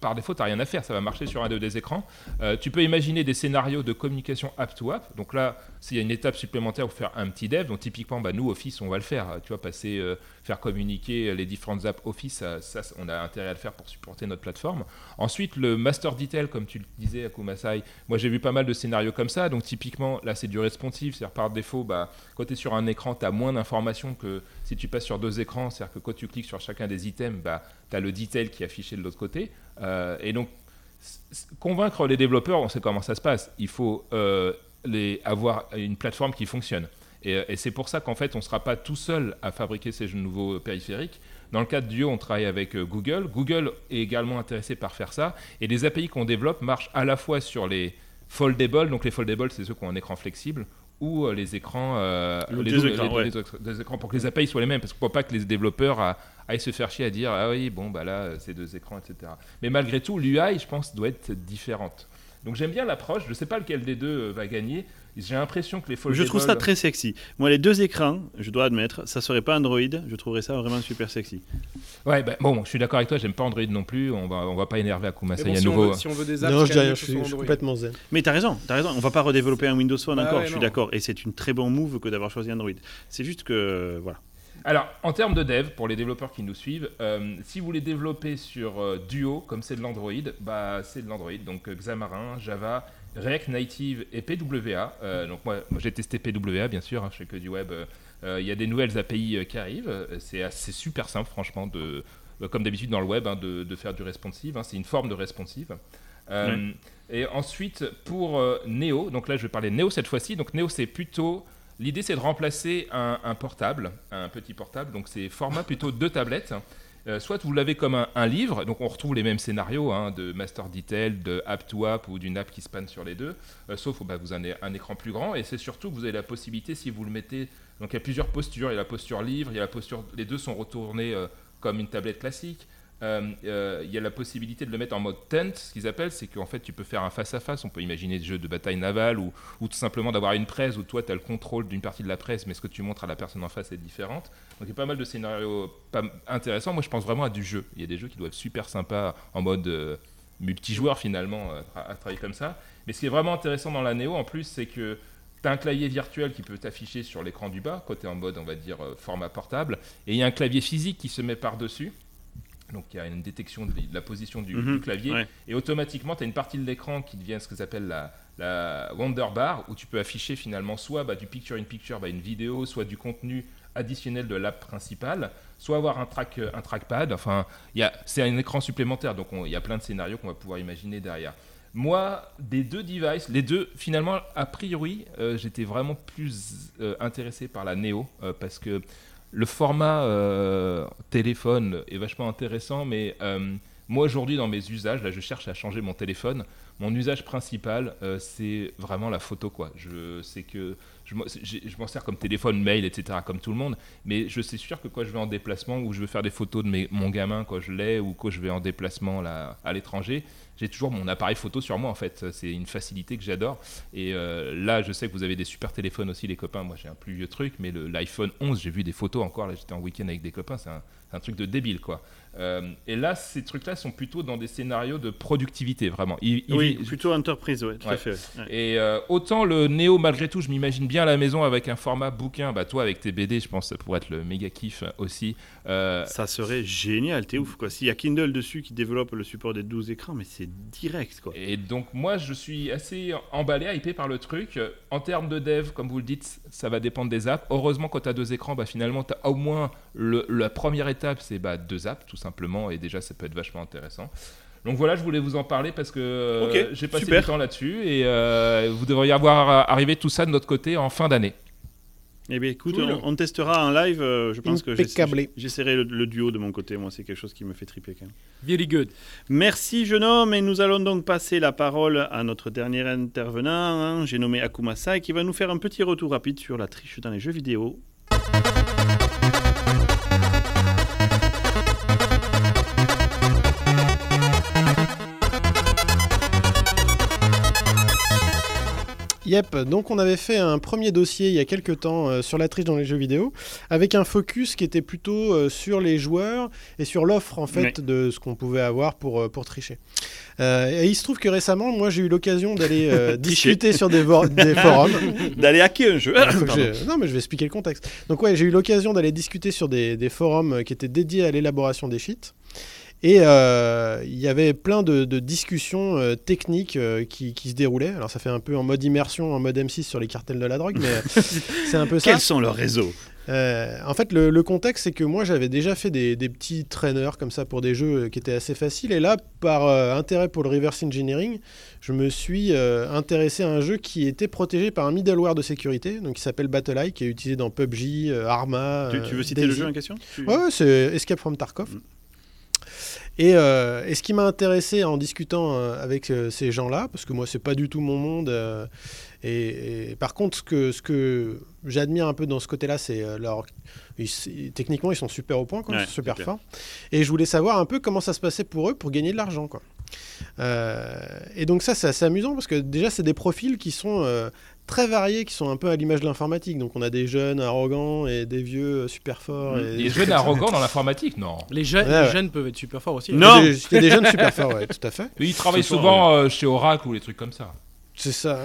S3: par défaut, tu n'as rien à faire, ça va marcher sur un des écrans. Tu peux imaginer des scénarios de communication app-to-app. Donc là, s'il y a une étape supplémentaire pour faire un petit dev, donc typiquement, nous, Office, on va le faire. Tu vois, faire communiquer les différentes apps Office, ça, on a intérêt à le faire pour supporter notre plateforme. Ensuite, le master detail, comme tu le disais, Akumasai, moi j'ai vu pas mal de scénarios comme ça. Donc typiquement, là c'est du responsive, c'est-à-dire par défaut, quand tu es sur un écran, tu as moins d'informations que si tu passes sur 2 écrans. C'est-à-dire que quand tu cliques sur chacun des items, tu as le detail qui est affiché de l'autre côté. Et donc, convaincre les développeurs, on sait comment ça se passe. Il faut avoir une plateforme qui fonctionne. Et c'est pour ça qu'en fait, on ne sera pas tout seul à fabriquer ces nouveaux périphériques. Dans le cas de Duo, on travaille avec Google. Google est également intéressé par faire ça. Et les API qu'on développe marchent à la fois sur les foldables. Donc les foldables, c'est ceux qui ont un écran flexible, ou les écrans,
S1: deux
S3: écrans pour que les API soient les mêmes. Parce qu'on ne peut pas que les développeurs aillent se faire chier à dire « Ah oui, là, c'est 2 écrans, etc. » Mais malgré tout, l'UI, je pense, doit être différente. Donc j'aime bien l'approche. Je ne sais pas lequel des deux va gagner. J'ai l'impression que les foldables...
S1: Je trouve ça très sexy. Moi, les 2 écrans, je dois admettre, ça serait pas Android. Je trouverais ça vraiment super sexy.
S3: Ouais, je suis d'accord avec toi. J'aime pas Android non plus. On va pas énerver Akumasai à
S2: si
S3: nouveau.
S2: Si on veut des apps,
S4: non, je dis rien. Je suis complètement zen.
S1: Mais t'as raison. On va pas redévelopper un Windows Phone encore.
S2: Ouais,
S1: je suis d'accord. Et c'est une très bon move que d'avoir choisi Android. C'est juste que voilà.
S3: Alors, en termes de dev, pour les développeurs qui nous suivent, si vous voulez développer sur Duo, comme c'est de l'Android, c'est de l'Android. Donc Xamarin, Java, React Native et PWA. Donc moi, j'ai testé PWA, bien sûr, je fais que du web. Il y a des nouvelles API qui arrivent. C'est super simple, franchement, comme d'habitude dans le web, de faire du responsive. C'est une forme de responsive. Et ensuite, pour Neo, donc là, je vais parler de Neo cette fois-ci. Donc Neo, c'est plutôt... L'idée, c'est de remplacer un portable, un petit portable. Donc c'est format plutôt de tablettes. Soit vous l'avez comme un livre, donc on retrouve les mêmes scénarios de master detail, de app to app ou d'une app qui spanne sur les deux, sauf que vous avez un écran plus grand, et c'est surtout que vous avez la possibilité, si vous le mettez, donc il y a plusieurs postures, il y a la posture livre, il y a la posture, les deux sont retournés comme une tablette classique. Il y a la possibilité de le mettre en mode tent, ce qu'ils appellent, c'est qu'en fait tu peux faire un face-à-face, on peut imaginer des jeux de bataille navale ou tout simplement d'avoir une presse où toi tu as le contrôle d'une partie de la presse, mais ce que tu montres à la personne en face est différente. Donc il y a pas mal de scénarios intéressants. Moi je pense vraiment à du jeu. Il y a des jeux qui doivent être super sympas en mode multijoueur finalement à travailler comme ça. Mais ce qui est vraiment intéressant dans la Neo en plus, c'est que tu as un clavier virtuel qui peut t'afficher sur l'écran du bas, quand tu es en mode on va dire format portable, et il y a un clavier physique qui se met par-dessus. Donc il y a une détection de la position du clavier, et automatiquement tu as une partie de l'écran qui devient ce que s'appelle la Wonder Bar, où tu peux afficher finalement soit du picture-in-picture, une vidéo, soit du contenu additionnel de l'app principale, soit avoir un trackpad. Enfin, c'est un écran supplémentaire, donc il y a plein de scénarios qu'on va pouvoir imaginer derrière. Moi, des 2 devices, les deux, finalement, a priori, j'étais vraiment plus intéressé par la Neo, parce que le format téléphone est vachement intéressant, mais moi aujourd'hui dans mes usages, là je cherche à changer mon téléphone. Mon usage principal, c'est vraiment la photo, quoi. Je m'en sers comme téléphone, mail, etc., comme tout le monde, mais je sais sûr que quand je vais en déplacement ou je veux faire des photos de mon gamin quand je l'ai, ou quand je vais en déplacement là, à l'étranger, j'ai toujours mon appareil photo sur moi en fait. C'est une facilité que j'adore. Et là, je sais que vous avez des super téléphones aussi, les copains. Moi, j'ai un plus vieux truc, mais l'iPhone 11, j'ai vu des photos encore. Là, j'étais en week-end avec des copains. C'est un truc de débile, quoi. Et là, ces trucs-là sont plutôt dans des scénarios de productivité, vraiment.
S1: Plutôt entreprise, tout à fait. Ouais.
S3: Et autant le Neo, malgré tout, je m'imagine bien à la maison avec un format bouquin. Toi, avec tes BD, je pense que ça pourrait être le méga kiff aussi.
S1: Ça serait génial, t'es ouf, quoi. S'il y a Kindle dessus qui développe le support des 12 écrans, mais c'est direct, quoi.
S3: Et donc, moi, je suis assez emballé, hypé par le truc. En termes de dev, comme vous le dites, ça va dépendre des apps. Heureusement, quand tu as 2 écrans, finalement, tu as au moins la première étape, c'est 2 apps, tout simplement. Et déjà, ça peut être vachement intéressant. Donc voilà, je voulais vous en parler parce que j'ai passé du temps là-dessus. Et vous devriez avoir arrivé tout ça de notre côté en fin d'année.
S1: Eh bien, écoute, on testera en live. Je pense que j'essaierai le duo de mon côté. Moi, c'est quelque chose qui me fait triper quand même.
S2: Very good.
S1: Merci, jeune homme. Et nous allons donc passer la parole à notre dernier intervenant. J'ai nommé Akumasai, qui va nous faire un petit retour rapide sur la triche dans les jeux vidéo.
S4: Yep, donc on avait fait un premier dossier il y a quelques temps sur la triche dans les jeux vidéo, avec un focus qui était plutôt sur les joueurs et sur l'offre en fait de ce qu'on pouvait avoir pour tricher. Et il se trouve que récemment, moi j'ai eu l'occasion d'aller discuter sur des forums.
S1: D'aller hacker un jeu.
S4: Non mais je vais expliquer le contexte. Donc ouais, j'ai eu l'occasion d'aller discuter sur des forums qui étaient dédiés à l'élaboration des cheats. Et il y avait plein de discussions techniques qui se déroulaient. Alors ça fait un peu en mode immersion, en mode M6 sur les cartels de la drogue, mais c'est un peu ça.
S1: Quels sont leurs réseaux ?
S4: En fait, le contexte, c'est que moi, j'avais déjà fait des petits traîneurs comme ça pour des jeux qui étaient assez faciles. Et là, par intérêt pour le reverse engineering, je me suis intéressé à un jeu qui était protégé par un middleware de sécurité, donc qui s'appelle BattleEye, qui est utilisé dans PUBG, Arma.
S1: Tu veux citer le jeu en question ?
S4: Ouais, c'est Escape from Tarkov. Et ce qui m'a intéressé en discutant avec ces gens-là, parce que moi, c'est pas du tout mon monde. Et par contre, ce que j'admire un peu dans ce côté-là, c'est techniquement, ils sont super au point, quoi, ils sont super forts. Et je voulais savoir un peu comment ça se passait pour eux pour gagner de l'argent, quoi. Et donc ça, c'est assez amusant parce que déjà, c'est des profils qui sont très variés, qui sont un peu à l'image de l'informatique. Donc on a des jeunes arrogants et des vieux super forts. Et...
S3: Les jeunes arrogants dans l'informatique, non.
S2: Les jeunes peuvent être super forts aussi.
S1: Non.
S4: Il y a des jeunes super forts, ouais, tout à fait.
S3: Ils travaillent souvent chez Oracle ou les trucs comme ça.
S4: C'est ça.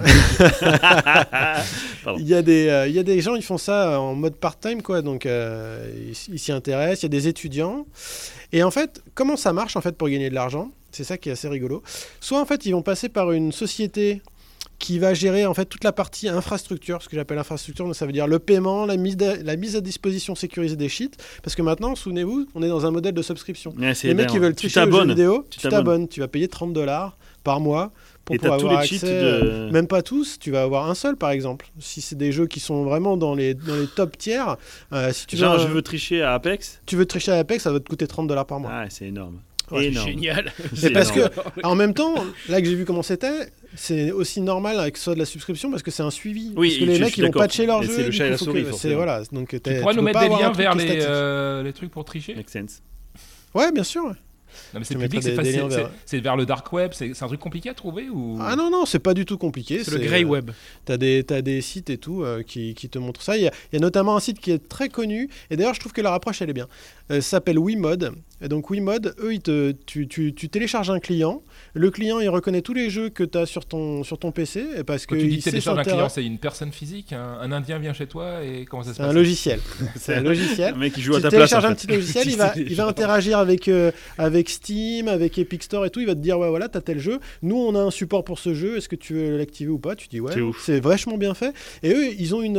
S4: Il y a des gens, ils font ça en mode part-time, quoi. Donc ils s'y intéressent. Il y a des étudiants. Et en fait, comment ça marche en fait pour gagner de l'argent ? C'est ça qui est assez rigolo. Soit en fait, ils vont passer par une société qui va gérer en fait toute la partie infrastructure, ce que j'appelle infrastructure, ça veut dire le paiement, la mise à disposition sécurisée des cheats, parce que maintenant, souvenez-vous, on est dans un modèle de subscription. Les mecs qui veulent tricher aux jeux vidéo, tu t'abonnes, tu vas payer $30 par mois pour pouvoir avoir accès. Tous les cheats même pas tous, tu vas avoir un seul par exemple. Si c'est des jeux qui sont vraiment dans les top tiers, si tu
S1: je veux tricher à Apex.
S4: Tu veux tricher à Apex, ça va te coûter $30 par mois.
S1: Ah, c'est énorme.
S2: Ouais, c'est génial.
S4: C'est parce que, en même temps, là que j'ai vu comment c'était, c'est aussi normal que ce soit de la subscription parce que c'est un suivi.
S1: Oui,
S4: parce que les mecs ils vont patcher leur jeu.
S1: C'est le chat et la souris.
S4: Voilà. Donc,
S3: tu pourrais nous mettre des liens vers les trucs pour tricher.
S1: Make sense.
S4: Ouais, bien sûr.
S3: Non mais c'est public, c'est vers le dark web, c'est un truc compliqué à trouver ou...
S4: Ah non, c'est pas du tout compliqué.
S2: C'est le grey web.
S4: T'as des sites et tout qui te montrent ça. Il y a notamment un site qui est très connu, et d'ailleurs je trouve que leur approche elle est bien. Ça s'appelle Wimod. Et donc Wimod, eux, tu télécharges un client. Le client, il reconnaît tous les jeux que tu as sur ton PC. Parce que
S3: tu dis télécharge un client, c'est une personne physique, un Indien vient chez toi et comment ça se passe ?
S4: C'est un logiciel. C'est un logiciel.
S1: Un mec qui joue à ta
S4: place. Tu télécharges un petit logiciel, il va interagir avec Steam, avec Epic Store et tout. Il va te dire, ouais, voilà, t'as tel jeu. Nous, on a un support pour ce jeu. Est-ce que tu veux l'activer ou pas ? Tu dis, ouais, c'est vachement bien fait. Et eux, ils ont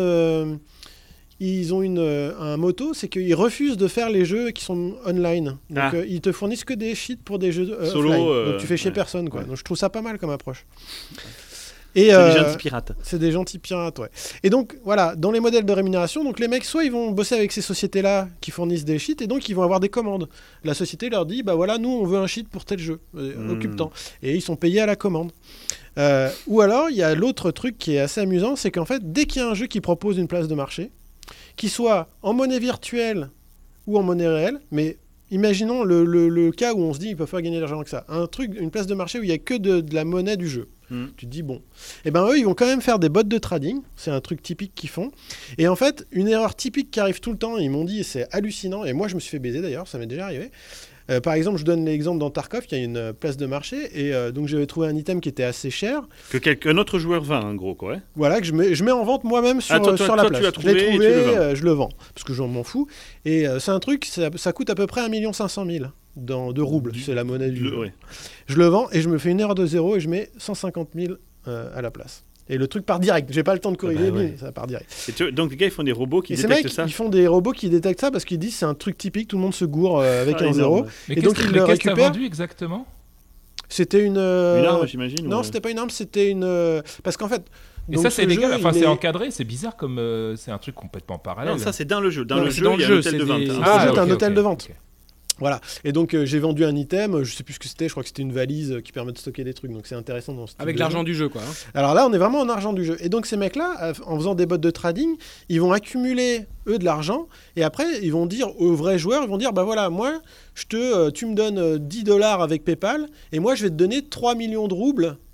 S4: un motto, c'est qu'ils refusent de faire les jeux qui sont online. Donc ils te fournissent que des cheats pour des jeux
S1: solo.
S4: Donc tu fais chier personne, quoi.
S1: Ouais.
S4: Donc je trouve ça pas mal comme approche.
S1: Et c'est des gentils pirates.
S4: C'est des gentils pirates, ouais. Et donc voilà, dans les modèles de rémunération, donc les mecs, soit ils vont bosser avec ces sociétés-là qui fournissent des cheats, et donc ils vont avoir des commandes. La société leur dit, bah voilà, nous on veut un cheat pour tel jeu, occupe-temps. Et ils sont payés à la commande. Ou alors il y a l'autre truc qui est assez amusant, c'est qu'en fait, dès qu'il y a un jeu qui propose une place de marché, qui soit en monnaie virtuelle ou en monnaie réelle, mais imaginons le cas où on se dit il peut faire gagner de l'argent avec ça. Une place de marché où il n'y a que de la monnaie du jeu. Tu te dis bon. Et ben eux, ils vont quand même faire des bots de trading. C'est un truc typique qu'ils font. Et en fait, une erreur typique qui arrive tout le temps, ils m'ont dit, et c'est hallucinant, et moi je me suis fait baiser d'ailleurs, ça m'est déjà arrivé. Par exemple, je donne l'exemple dans Tarkov, il y a une place de marché, et donc j'avais trouvé un item qui était assez cher.
S1: Que qu'un autre joueur vend, en gros, quoi. Ouais.
S4: Voilà, que je mets en vente moi-même sur la place.
S1: Tu l'as trouvé,
S4: je l'ai trouvé, je le vends, parce que je m'en fous. Et c'est un truc, ça coûte à peu près 1 500 000 de roubles, c'est la monnaie du jeu. Ouais. Je le vends, et je me fais une erreur de zéro, et je mets 150 000 à la place. Et le truc part direct. J'ai pas le temps de corriger, mais ça part direct.
S1: Donc les gars, ils font des robots qui détectent ça.
S4: Ils font des robots qui détectent ça parce qu'ils disent c'est un truc typique, tout le monde se gourre avec un zéro.
S3: Mais
S4: et donc ils le récupèrent.
S3: Qu'est-ce que t'as vendu exactement ?
S4: C'était une
S1: arme, j'imagine.
S4: Non, c'était pas une arme, c'était une. Parce qu'en fait.
S3: Et ça, c'est légal. Enfin, c'est encadré. C'est bizarre comme c'est un truc complètement parallèle.
S1: Non, ça c'est dans le jeu. Dans le jeu, il y a un hôtel de vente.
S4: C'est un hôtel de vente. Voilà, et donc j'ai vendu un item, je sais plus ce que c'était, je crois que c'était une valise qui permet de stocker des trucs, donc c'est intéressant dans ce type
S2: avec
S4: de
S2: l'argent
S4: jeu.
S2: du jeu, quoi. Hein.
S4: Alors là, on est vraiment en argent du jeu. Et donc ces mecs-là, en faisant des bots de trading, ils vont accumuler, eux, de l'argent, et après, ils vont dire aux vrais joueurs, ils vont dire, bah voilà, tu me donnes $10 avec PayPal, et moi, je vais te donner 3 millions de roubles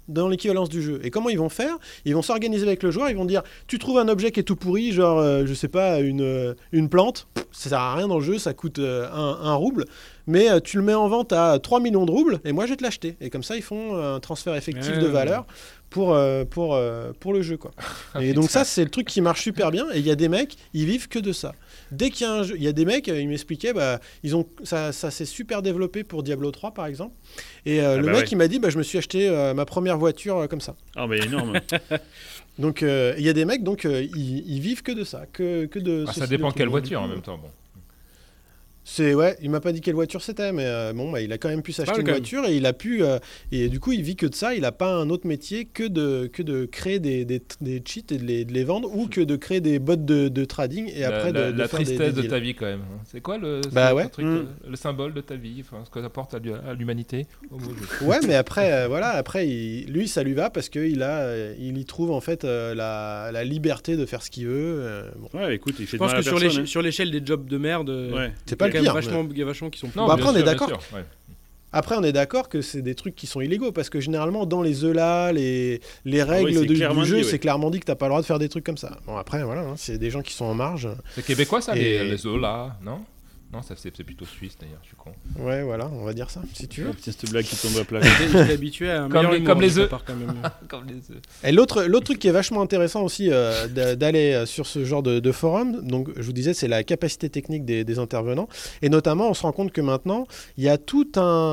S4: dans l'équivalence du jeu. Et comment ils vont faire ? Ils vont s'organiser avec le joueur, ils vont dire tu trouves un objet qui est tout pourri, genre je sais pas, une plante, ça sert à rien dans le jeu, ça coûte 1 rouble, mais tu le mets en vente à 3 millions de roubles et moi je vais te l'acheter. Et comme ça ils font un transfert effectif de valeur pour le jeu, quoi. Et donc ça c'est le truc qui marche super bien, et il y a des mecs, ils vivent que de ça. Dès qu'il y a un jeu, il y a des mecs, ils m'expliquaient, ça s'est super développé pour Diablo 3 par exemple, et mec il m'a dit je me suis acheté ma première voiture comme ça.
S1: Ah énorme.
S4: Donc il y a des mecs, donc ils vivent que de ça, que de.
S3: Ça dépend quelle voiture en même temps. Bon.
S4: Il m'a pas dit quelle voiture c'était, mais il a quand même pu s'acheter une voiture, et il a pu et du coup il vit que de ça. Il a pas un autre métier que de créer des cheats et de les vendre, ou que de créer des bots de trading et après de
S3: la
S4: faire
S3: tristesse
S4: des
S3: de ta vie quand même. C'est quoi le symbole de ta vie, ce que ça apporte à l'humanité.
S4: Ouais, mais après lui ça lui va parce que il y trouve en fait la liberté de faire ce qu'il veut.
S1: Ouais, écoute, il fait
S2: je pense que sur l'échelle des jobs de merde,
S4: c'est pas
S2: il y a vachement qui sont plus.
S4: Après on est d'accord. Après, on est d'accord que c'est des trucs qui sont illégaux, parce que généralement, dans les ELA, les règles du jeu, c'est clairement dit que t'as pas le droit de faire des trucs comme ça. Bon, après, voilà, c'est des gens qui sont en marge.
S3: C'est québécois, ça, les ELA, non ? Non, c'est plutôt suisse d'ailleurs, je suis con.
S4: Ouais, voilà, on va dire ça, si tu veux.
S1: Tiens, cette blague qui tombe à plat.
S2: J'étais habitué à un
S3: comme les œufs.
S4: Comme les œufs. Et l'autre truc qui est vachement intéressant aussi d'aller sur ce genre de forum, donc je vous disais, c'est la capacité technique des intervenants. Et notamment, on se rend compte que maintenant, il y a tout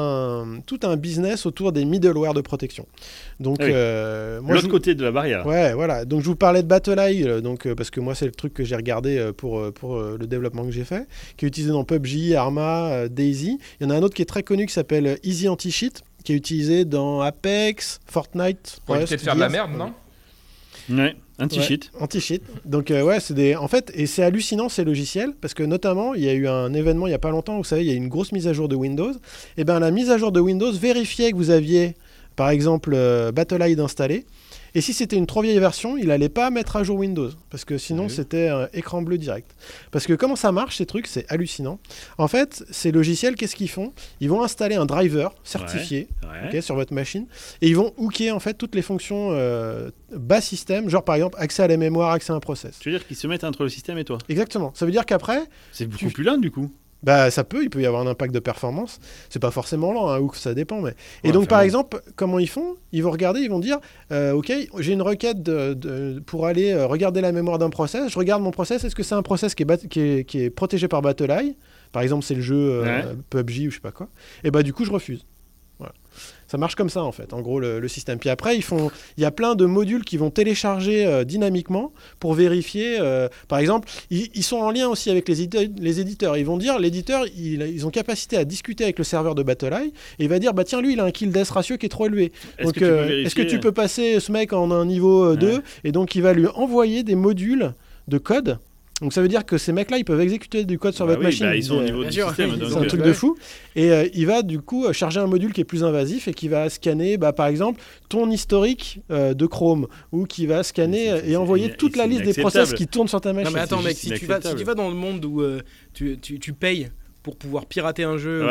S4: un business autour des middleware de protection. Donc,
S1: l'autre côté de la barrière.
S4: Ouais, voilà. Donc je vous parlais de BattleEye, parce que moi c'est le truc que j'ai regardé pour le développement que j'ai fait, qui est utilisé dans PUBG, Arma, DayZ. Il y en a un autre qui est très connu qui s'appelle Easy Anti-Cheat, qui est utilisé dans Apex, Fortnite.
S3: Pour éviter de faire de la merde, non ?
S1: Ouais, anti-cheat.
S4: Ouais, anti-cheat. Donc en fait, et c'est hallucinant ces logiciels, parce que notamment, il y a eu un événement il n'y a pas longtemps, vous savez, il y a eu une grosse mise à jour de Windows. Et bien la mise à jour de Windows vérifiait que vous aviez, par exemple, BattleEye installé. Et si c'était une trop vieille version, il n'allait pas mettre à jour Windows, parce que sinon c'était écran bleu direct. Parce que comment ça marche ces trucs, c'est hallucinant. En fait, ces logiciels, qu'est-ce qu'ils font ? Ils vont installer un driver certifié sur votre machine, et ils vont hooker en fait toutes les fonctions bas système, genre par exemple accès à la mémoire, accès à un process.
S1: Tu veux dire qu'ils se mettent entre le système et toi ?
S4: Exactement. Ça veut dire qu'après...
S1: C'est beaucoup plus lent du coup.
S4: Bah, il peut y avoir un impact de performance. C'est pas forcément lent, ou ça dépend. Mais... Et donc, par exemple, comment ils font ? Ils vont regarder, ils vont dire OK, j'ai une requête pour aller regarder la mémoire d'un process. Je regarde mon process. Est-ce que c'est un process qui est protégé par BattleEye ? Par exemple, c'est le jeu PUBG ou je sais pas quoi. Et bah, du coup, je refuse. Voilà. Ça marche comme ça en fait, en gros le système. Puis après, il y a plein de modules qui vont télécharger dynamiquement pour vérifier. Par exemple, ils sont en lien aussi avec les éditeurs. Ils vont dire, l'éditeur, ils ont capacité à discuter avec le serveur de BattleEye, et il va dire, bah tiens, lui, il a un kill death ratio qui est trop élevé. Donc, est-ce que tu peux passer ce mec en un niveau 2 ? Et donc, il va lui envoyer des modules de code. Donc ça veut dire que ces mecs-là, ils peuvent exécuter du code sur votre machine.
S1: Ils sont au niveau du système.
S4: C'est un truc de fou. Et il va du coup charger un module qui est plus invasif et qui va scanner, par exemple, ton historique de Chrome, ou qui va scanner et envoyer toute la liste des process qui tournent sur ta machine.
S2: Non mais attends mec, si tu vas dans le monde où tu payes pour pouvoir pirater un jeu,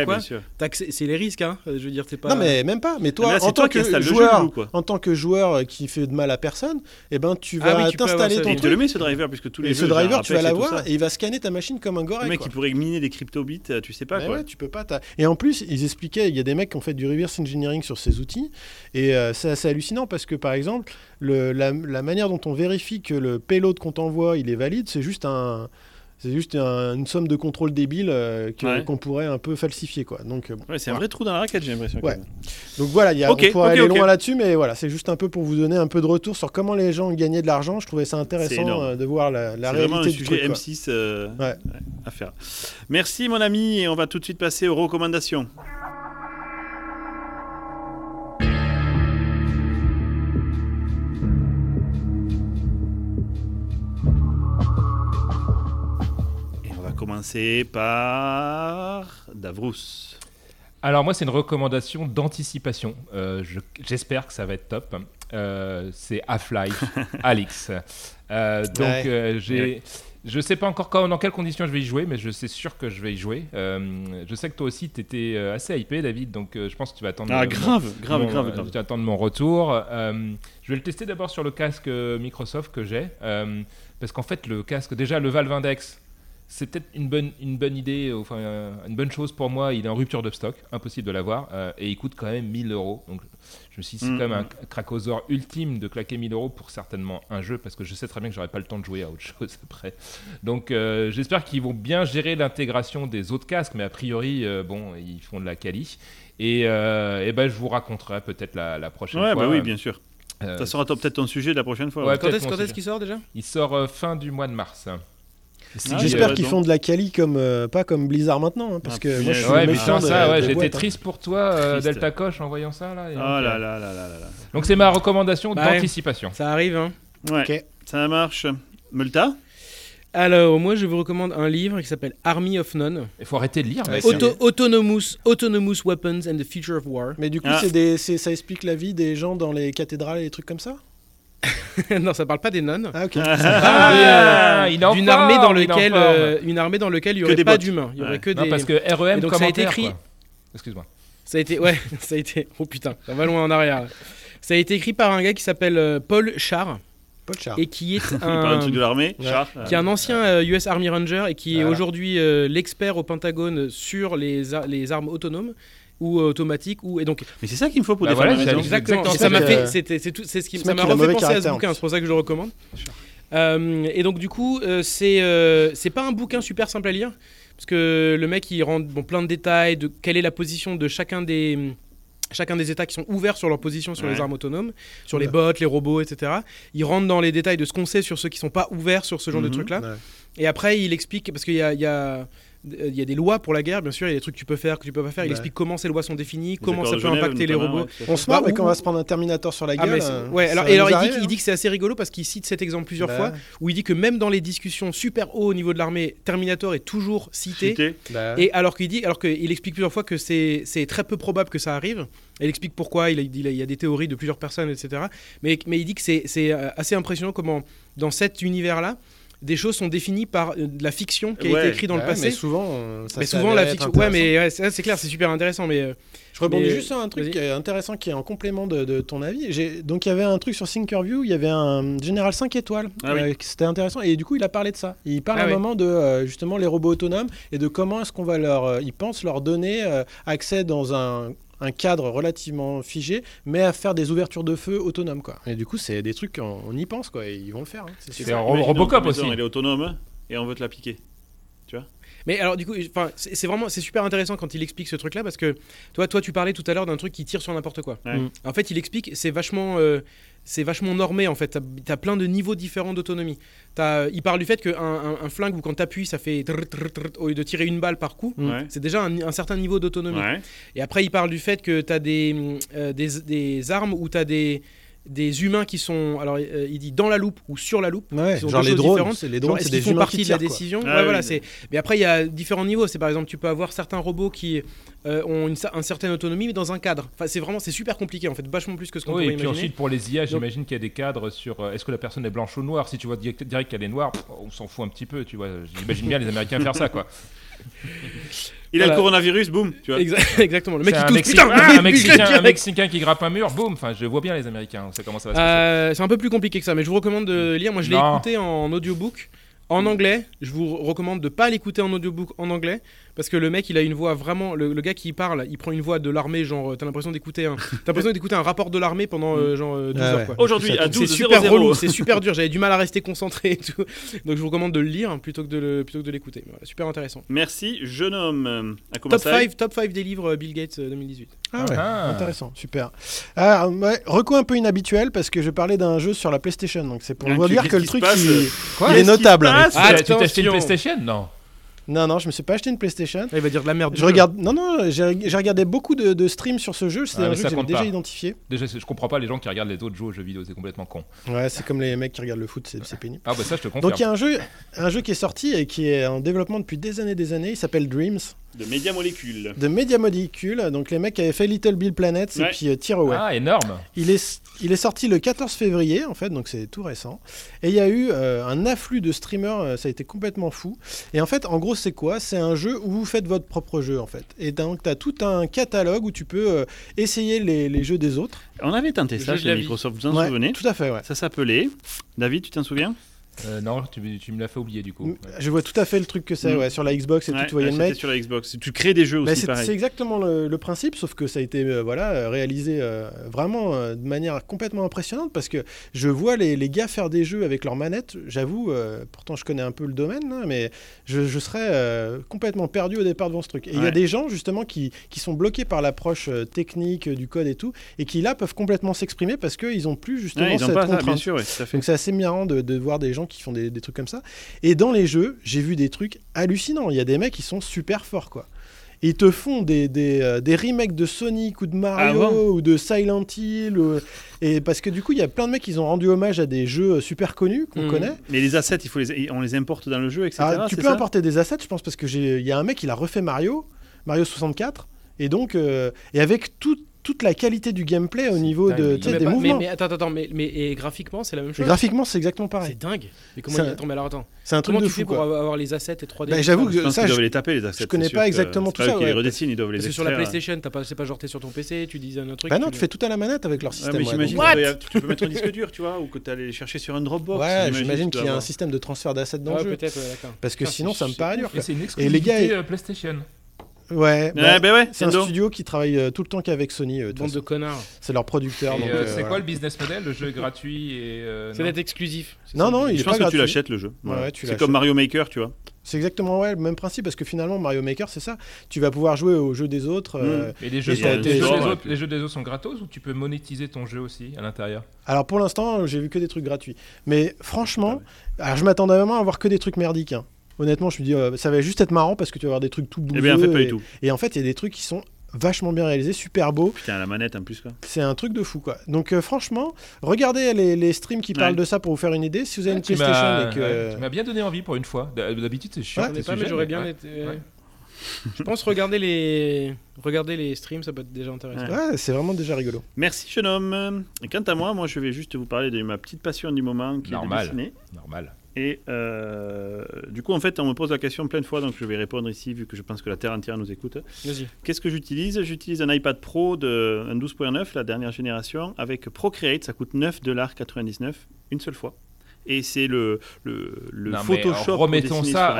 S2: c'est les risques, hein. Je veux dire, c'est pas.
S4: Non mais même pas. Mais toi, en tant que joueur qui fait de mal à personne, tu vas t'installer ton truc.
S1: Il te le met ce driver, puisque tous les jeux.
S4: Ce driver, tu vas l'avoir et il va scanner ta machine comme un gorille.
S1: Le mec, il pourrait miner des cryptobits, tu sais pas quoi.
S4: Ouais, tu peux pas. Et en plus, ils expliquaient, il y a des mecs qui ont fait du reverse engineering sur ces outils, et c'est assez hallucinant parce que par exemple, la manière dont on vérifie que le payload qu'on t'envoie, il est valide, c'est juste une somme de contrôle débile qu'on pourrait un peu falsifier, quoi. Donc,
S1: c'est un vrai trou dans la raquette, j'ai l'impression.
S4: Ouais. Donc voilà, on pourrait aller loin là-dessus, mais voilà, c'est juste un peu pour vous donner un peu de retour sur comment les gens gagnaient de l'argent. Je trouvais ça intéressant de voir la réalité du truc.
S1: C'est vraiment un sujet M6 à faire. Merci mon ami, et on va tout de suite passer aux recommandations. Commencer par Davrous.
S3: Alors moi c'est une recommandation d'anticipation. J'espère que ça va être top. C'est Half-Life Alyx. Je sais pas encore dans quelles conditions je vais y jouer, mais je sais sûr que je vais y jouer. Je sais que toi aussi, tu étais assez hypé, David, donc je pense que tu vas attendre.
S1: Grave.
S3: Tu vas attendre mon retour. Je vais le tester d'abord sur le casque Microsoft que j'ai, parce qu'en fait, le casque, déjà le Valve Index, c'est peut-être une bonne idée, enfin une bonne chose pour moi. Il est en rupture de stock, impossible de l'avoir, et il coûte quand même 1 000 €. Donc je me suis dit, c'est quand même un cracosaure ultime de claquer 1 000 € pour certainement un jeu, parce que je sais très bien que j'aurai pas le temps de jouer à autre chose après. Donc j'espère qu'ils vont bien gérer l'intégration des autres casques, mais a priori, ils font de la quali. Et je vous raconterai peut-être la prochaine fois.
S1: Bah oui, bien sûr. Ça sera peut-être ton sujet de la prochaine fois.
S2: Ouais, quand est-ce qu'il sort déjà ?
S3: Il sort fin du mois de mars.
S4: J'espère qu'ils font de la quali pas comme Blizzard maintenant, parce que moi je suis méchant
S3: j'étais triste pour toi, Delta Koch, en voyant ça là.
S1: Là.
S3: Donc c'est ma recommandation d'anticipation.
S2: Ça arrive, hein.
S1: Ouais. Okay. Ça marche. Multa ?
S2: Alors, moi, je vous recommande un livre qui s'appelle Army of None.
S3: Il faut arrêter de lire.
S2: Autonomous Weapons and the Future of War.
S4: Mais du coup, ça explique la vie des gens dans les cathédrales et des trucs comme ça ?
S2: Non, ça parle pas des nonnes.
S4: Ah, ok.
S2: D'une armée dans laquelle il y aurait pas d'humains. Il y aurait que des.
S3: Non, parce que REM.
S2: Donc ça a été écrit.
S3: Excuse-moi.
S2: Ça a été. Oh putain, ça va loin en arrière. Ça a été écrit par un gars qui s'appelle Paul Char. Et qui est
S1: un truc de l'armée,
S2: qui est un ancien US Army Ranger et qui est aujourd'hui l'expert au Pentagone sur les armes autonomes ou automatiques et donc.
S1: Mais c'est ça qu'il me faut pour défendre la maison.
S2: Exactement. Ça m'a fait, c'est ce qui m'a refait penser à ce bouquin. C'est pour ça que je le recommande. Et donc du coup, c'est pas un bouquin super simple à lire parce que le mec il rend plein de détails de quelle est la position de chacun des États qui sont ouverts sur leur position sur les armes autonomes, sur les bots, les robots, etc. Il rentre dans les détails de ce qu'on sait sur ceux qui sont pas ouverts sur ce genre de trucs-là. Ouais. Et après, il explique, parce qu'il y a des lois pour la guerre, bien sûr, il y a des trucs que tu peux faire, que tu peux pas faire. Il explique comment ces lois sont définies, comment ça peut impacter les robots.
S4: On se marre, mais quand on va se prendre un Terminator sur la gueule.
S2: Il dit que c'est assez rigolo parce qu'il cite cet exemple plusieurs fois, où il dit que même dans les discussions super haut au niveau de l'armée, Terminator est toujours cité. Et alors qu'il explique plusieurs fois que c'est très peu probable que ça arrive. Il explique pourquoi, il y a des théories de plusieurs personnes, etc. Mais il dit que c'est assez impressionnant comment, dans cet univers-là, des choses sont définies par de la fiction qui a été écrite dans le passé.
S4: Mais souvent
S2: la fiction. C'est clair, c'est super intéressant. Mais
S4: je rebondis juste sur un truc intéressant qui est en complément de ton avis. Donc il y avait un truc sur Thinkerview, il y avait un général 5 étoiles. C'était intéressant. Et du coup, il a parlé de ça. Il parle à un moment de justement les robots autonomes et de comment est-ce qu'on va ils pensent leur donner accès dans un cadre relativement figé, mais à faire des ouvertures de feu autonomes, quoi. Et du coup, c'est des trucs, on y pense, quoi, et ils vont le faire. Hein.
S3: C'est un Robocop aussi.
S1: Il est autonome et on veut te la piquer. Tu vois ?
S2: Mais alors du coup, c'est super intéressant quand il explique ce truc-là parce que toi tu parlais tout à l'heure d'un truc qui tire sur n'importe quoi. Ouais. En fait, il explique, c'est vachement normé en fait. T'as plein de niveaux différents d'autonomie. Il parle du fait qu'un flingue où quand t'appuies, ça fait au lieu de tirer une balle par coup, c'est déjà un certain niveau d'autonomie. Ouais. Et après, il parle du fait que t'as des armes où t'as des humains qui sont, alors il dit dans la loupe ou sur la loupe,
S4: genre les drones, c'est des
S2: font
S4: humains
S2: partie
S4: qui
S2: de la
S4: tirent,
S2: décision. Voilà, mais après il y a différents niveaux. C'est par exemple tu peux avoir certains robots qui ont une certaine autonomie mais dans un cadre. Enfin c'est super compliqué en fait, vachement plus que ce qu'on pourrait imaginer.
S3: Et puis ensuite pour les IA, j'imagine qu'il y a des cadres sur est-ce que la personne est blanche ou noire. Si tu vois direct qu'elle est noire, on s'en fout un petit peu, tu vois. J'imagine bien les Américains faire ça, quoi.
S1: Il a le coronavirus, boum, tu vois.
S2: Exactement. Le mec
S3: un Mexicain qui grappe un mur, boum. Enfin, je vois bien les Américains. Ça commence à se passer.
S2: C'est un peu plus compliqué que ça, mais je vous recommande de lire. Moi, je l'ai écouté en audiobook. En anglais, je vous recommande de pas l'écouter en audiobook en anglais parce que le mec il a une voix vraiment le gars qui parle, il prend une voix de l'armée genre t'as l'impression d'écouter un rapport de l'armée pendant 12 heures quoi.
S1: Aujourd'hui à 12
S2: c'est super relou, c'est super dur, j'avais du mal à rester concentré et tout. Donc je vous recommande de le lire plutôt que de l'écouter. Voilà, super intéressant.
S1: Merci, jeune homme.
S2: Top 5 des livres Bill Gates 2018.
S4: Intéressant, super. Reco un peu inhabituel parce que je parlais d'un jeu sur la PlayStation, donc c'est pour vous dire que le truc il est notable.
S3: Tu t'es acheté une PlayStation ?
S4: Non, je me suis pas acheté une PlayStation.
S2: Il va dire de la merde.
S4: J'ai regardé beaucoup de streams sur ce jeu. C'est un jeu que j'avais déjà identifié.
S3: Déjà, je comprends pas les gens qui regardent les autres jeux vidéo, c'est complètement con.
S4: Ouais, c'est comme les mecs qui regardent le foot, c'est pénible.
S3: Ah bah ça, je te confirme.
S4: Donc il y a un jeu qui est sorti et qui est en développement depuis des années. Il s'appelle Dreams.
S1: De Media Molecule.
S4: De Media Molecule, donc les mecs qui avaient fait Little Big Planet et puis Tearaway.
S3: Ah, énorme.
S4: Il est sorti le 14 février, en fait, donc c'est tout récent. Et il y a eu un afflux de streamers, ça a été complètement fou. Et en fait, en gros, c'est quoi ? C'est un jeu où vous faites votre propre jeu, en fait. Et donc, tu as tout un catalogue où tu peux essayer les jeux des autres.
S1: On avait tenté ça chez Microsoft, vous en souvenez ?
S4: Tout à fait, ouais.
S1: Ça s'appelait... David, tu t'en souviens ?
S3: Non, tu me l'as fait oublier du coup.
S4: Je vois tout à fait le truc que c'est, sur la Xbox et tout, tu voyais le mec.
S1: Sur la Xbox. Tu crées des jeux aussi, pareil.
S4: C'est exactement le principe, sauf que ça a été réalisé vraiment de manière complètement impressionnante parce que je vois les gars faire des jeux avec leurs manettes. J'avoue, pourtant je connais un peu le domaine, hein, mais je serais complètement perdu au départ devant ce truc. Et il y a des gens justement qui sont bloqués par l'approche technique du code et tout, et qui là peuvent complètement s'exprimer parce qu'ils n'ont plus justement cette contrainte.
S1: Bien sûr, tout à fait.
S4: Donc c'est assez marrant de voir des gens qui font des trucs comme ça. Et dans les jeux, j'ai vu des trucs hallucinants. Il y a des mecs qui sont super forts, quoi. Et ils te font des remakes de Sonic ou de Mario ou de Silent Hill. Et parce que du coup, il y a plein de mecs qui ont rendu hommage à des jeux super connus qu'on connaît.
S1: Mais les assets, on les importe dans le jeu, etc.
S4: Tu peux importer des assets, je pense, parce que il y a un mec, il a refait Mario 64. Et donc, et avec toute la qualité du gameplay au niveau des mouvements.
S2: Mais attends, mais graphiquement, c'est la même chose.
S4: Et graphiquement, c'est exactement pareil.
S2: C'est dingue. Mais comment attends.
S4: C'est un truc de
S2: fou. Comment tu fais pour avoir les assets et 3D?
S4: J'avoue que
S1: je pense qu'ils doivent les taper, les assets.
S4: Je connais pas exactement tout ça.
S1: Ils les redessinent, ils doivent les extraire.
S2: Parce que sur la PlayStation, c'est pas genre t'es sur ton PC, tu disais un autre truc.
S4: Bah non, tu fais tout à la manette avec leur système.
S1: Mais j'imagine que tu peux mettre un disque dur, tu vois, ou que tu allais les chercher sur un Dropbox.
S4: Ouais, j'imagine qu'il y a un système de transfert d'assets dans le jeu.
S2: Peut-être, d'accord.
S4: Parce que sinon, ça me paraît dur.
S3: C'est une exclusivité PlayStation.
S4: Ouais, c'est un studio qui travaille tout le temps qu'avec Sony.
S2: Bande de connards.
S4: C'est leur producteur.
S3: C'est quoi le business model? Le jeu est gratuit et.
S2: C'est d'être exclusif.
S4: Non, il est pas gratuit.
S1: Je pense que tu l'achètes le jeu. C'est comme Mario Maker, tu vois.
S4: C'est exactement le même principe parce que finalement Mario Maker c'est ça. Tu vas pouvoir jouer aux jeux des autres.
S3: Et les jeux des autres sont gratos ou tu peux monétiser ton jeu aussi à l'intérieur?
S4: Alors pour l'instant j'ai vu que des trucs gratuits. Mais franchement, alors, je m'attendais vraiment à voir que des trucs merdiques. Hein. Honnêtement je me dis ça va juste être marrant parce que tu vas avoir des trucs tout bouseux.
S1: Eh bien en fait pas du tout.
S4: Et en fait il y a des trucs qui sont vachement bien réalisé, super beau.
S1: Putain, la manette en plus quoi.
S4: C'est un truc de fou quoi. Donc franchement, regardez les streams qui parlent de ça pour vous faire une idée. Si vous avez une PlayStation et que...
S3: Tu m'as bien donné envie pour une fois. D'habitude c'est chiant.
S2: Mais j'aurais bien été... Je pense regarder les streams, ça peut être déjà intéressant.
S4: Ouais, c'est vraiment déjà rigolo.
S1: Merci jeune homme. Et quant à moi, je vais juste vous parler de ma petite passion du moment qui est de dessiner.
S3: Normal.
S1: Et du coup, en fait, on me pose la question plein de fois, donc je vais répondre ici, vu que je pense que la Terre entière nous écoute.
S2: Vas-y.
S1: Qu'est-ce que j'utilise ? J'utilise un iPad Pro un 12.9, la dernière génération, avec Procreate. Ça coûte $9,99 une seule fois. Et c'est le Photoshop.
S3: Remettons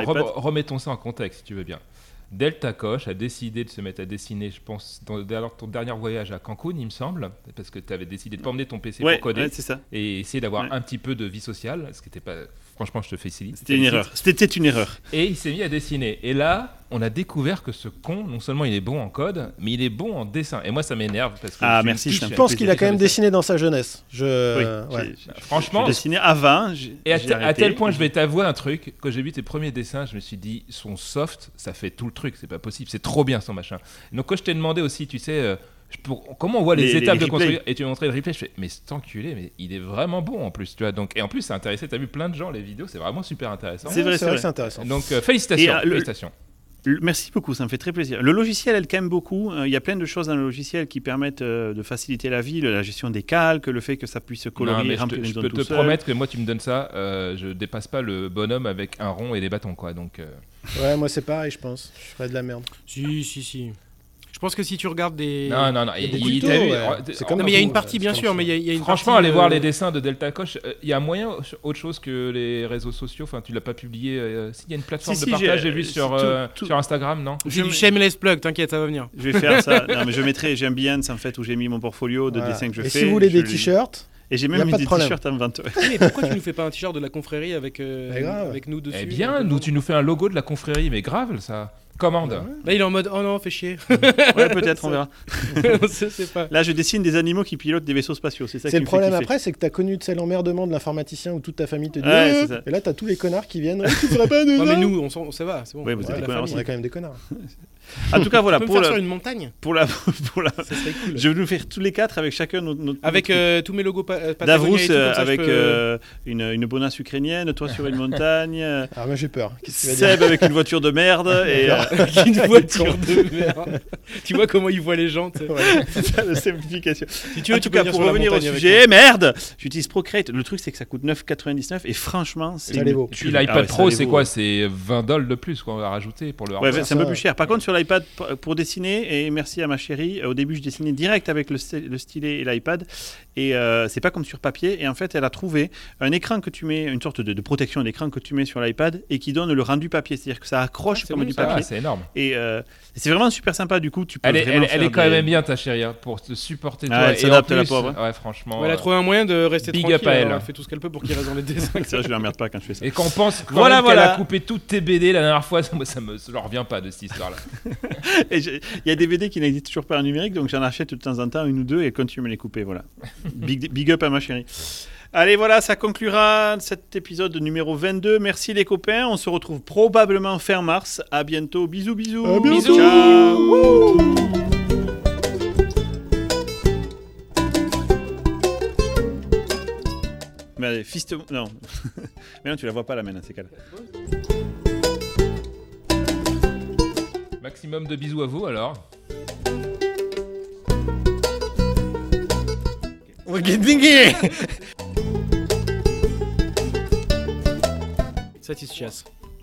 S3: ça en contexte, si tu veux bien. Delta Koch a décidé de se mettre à dessiner, je pense, dans ton dernier voyage à Cancun, il me semble, parce que tu avais décidé de pas emmener ton PC pour coder
S1: c'est ça.
S3: Et essayer d'avoir un petit peu de vie sociale, ce qui n'était pas... Franchement, je te félicite.
S1: C'était une erreur.
S3: Et il s'est mis à dessiner. Et là, on a découvert que ce con, non seulement il est bon en code, mais il est bon en dessin. Et moi, ça m'énerve parce que
S1: merci.
S4: Je pense qu'il a quand même dessiné dans sa jeunesse.
S3: Franchement,
S1: j'ai dessiné avant.
S3: Et à tel point, je vais t'avouer un truc. Quand j'ai vu tes premiers dessins, je me suis dit, son soft, ça fait tout le truc. C'est pas possible. C'est trop bien son machin. Donc quand je t'ai demandé aussi, tu sais. Comment on voit les étapes de construire et tu m'as montré le replay, je fais mais cet enculé, mais il est vraiment bon en plus, tu vois. Donc, et en plus c'est intéressant, t'as vu plein de gens les vidéos, c'est vraiment super intéressant.
S4: C'est vrai que c'est intéressant.
S3: Donc félicitations.
S1: Merci beaucoup, ça me fait très plaisir. Le logiciel aide quand même beaucoup. Il y a plein de choses dans le logiciel qui permettent de faciliter la vie, la gestion des calques, le fait que ça puisse colorier.
S3: Je peux te promettre que moi tu me donnes ça, je dépasse pas le bonhomme avec un rond et des bâtons quoi. Donc.
S4: Ouais, moi c'est pareil, je pense. Je ferais de la merde.
S2: Si. Je pense que si tu regardes des...
S3: Non.
S4: Il
S2: y a une partie, bien sûr, mais il y a une
S3: franchement,
S2: partie,
S3: allez voir les dessins de Delta Koch. Il y a un moyen, autre chose que les réseaux sociaux. Enfin, tu l'as pas publié. S'il y a une plateforme de partage, j'ai vu sur Instagram, non ?
S2: J'ai du shameless plug, t'inquiète, ça va venir.
S1: Je vais faire ça. Non, mais je mettrai, j'ai un Behance en fait où j'ai mis mon portfolio de dessins que je fais.
S4: Et si vous voulez des t-shirts...
S1: Et j'ai même mis des t-shirts en vente.
S2: Mais pourquoi tu nous fais pas un t-shirt de la confrérie avec nous dessus?
S3: Eh bien, tu nous fais un logo de la confrérie, mais grave ça. Commande.
S2: Là, il est en mode oh non, fais chier.
S1: Ouais, peut-être, on verra.
S2: C'est pas.
S1: Là, je dessine des animaux qui pilotent des vaisseaux spatiaux. C'est ça.
S4: C'est le problème après, c'est que t'as connu l'emmerdement de l'informaticien où toute ta famille te dit. Et là, t'as tous les connards qui viennent. Tu ferais pas de.
S2: Non, mais nous, ça va, c'est bon.
S1: Ouais, vous êtes des connards.
S4: On est quand même des connards.
S1: En tout cas, voilà.
S2: Pour faire sur une montagne.
S1: Pour la.
S2: Ça serait cool.
S1: Je vais nous faire tous les quatre avec chacun notre.
S2: Avec tous mes logos
S1: Davrous avec une bonasse ukrainienne, toi sur une montagne.
S4: Ah, moi j'ai peur.
S1: Seb avec une voiture de merde et
S2: Une voiture de merde. Tu vois comment il voit les gens.
S1: C'est ça la simplification.
S2: Si tu veux,
S1: en tout cas, pour revenir au sujet, merde, j'utilise Procreate. Le truc, c'est que ça coûte 9,99 et franchement, c'est.
S3: Puis l'iPad Pro, c'est quoi? C'est $20 de plus qu'on va rajouter pour le hardware.
S1: Ouais, c'est un peu plus cher. Par contre, sur l'iPad, pour dessiner, et merci à ma chérie, au début, je dessinais direct avec le stylet et l'iPad. Et c'est pas comme sur papier. Et en fait, elle a trouvé un écran que tu mets, une sorte de protection d'écran que tu mets sur l'iPad et qui donne le rendu papier. C'est-à-dire que ça accroche comme du papier.
S3: C'est énorme.
S1: Et c'est vraiment super sympa. Du coup, tu peux
S3: elle est quand même bien, ta chérie, pour te supporter. Toi.
S1: Elle s'adapte à la pauvre.
S3: Ouais, franchement.
S2: Elle a trouvé un moyen de rester
S3: big
S2: tranquille.
S3: Up à elle.
S2: Elle fait tout ce qu'elle peut pour qu'il reste dans les dessins.
S1: Ça, je l'emmerde pas quand je fais ça.
S3: Et qu'on pense qu'elle a coupé toutes tes BD la dernière fois, ça me leur vient pas de cette histoire-là.
S1: Il y a des BD qui n'existent toujours pas en numérique, donc j'en achète de temps en temps une ou deux et elle continue à me les couper. Voilà. Big up à ma chérie. Allez, voilà, ça conclura cet épisode numéro 22. Merci les copains. On se retrouve probablement fin mars. À bientôt. Bisous, bisous.
S4: À bientôt.
S1: Bisous. Ciao. Mais allez, non. Mais non, tu la vois pas la main dans ces cas-là.
S3: Maximum de bisous à vous alors.
S2: We're getting it. Satisfias.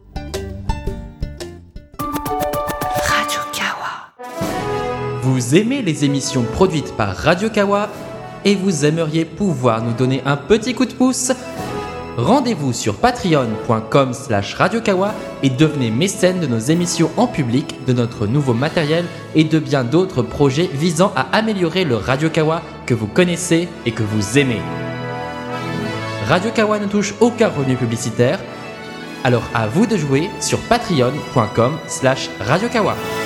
S6: Radio Kawa. Vous aimez les émissions produites par Radio Kawa et vous aimeriez pouvoir nous donner un petit coup de pouce? Rendez-vous sur patreon.com/radiokawa et devenez mécène de nos émissions en public, de notre nouveau matériel et de bien d'autres projets visant à améliorer le Radio Kawa que vous connaissez et que vous aimez. Radio Kawa ne touche aucun revenu publicitaire, alors à vous de jouer sur patreon.com/radiokawa.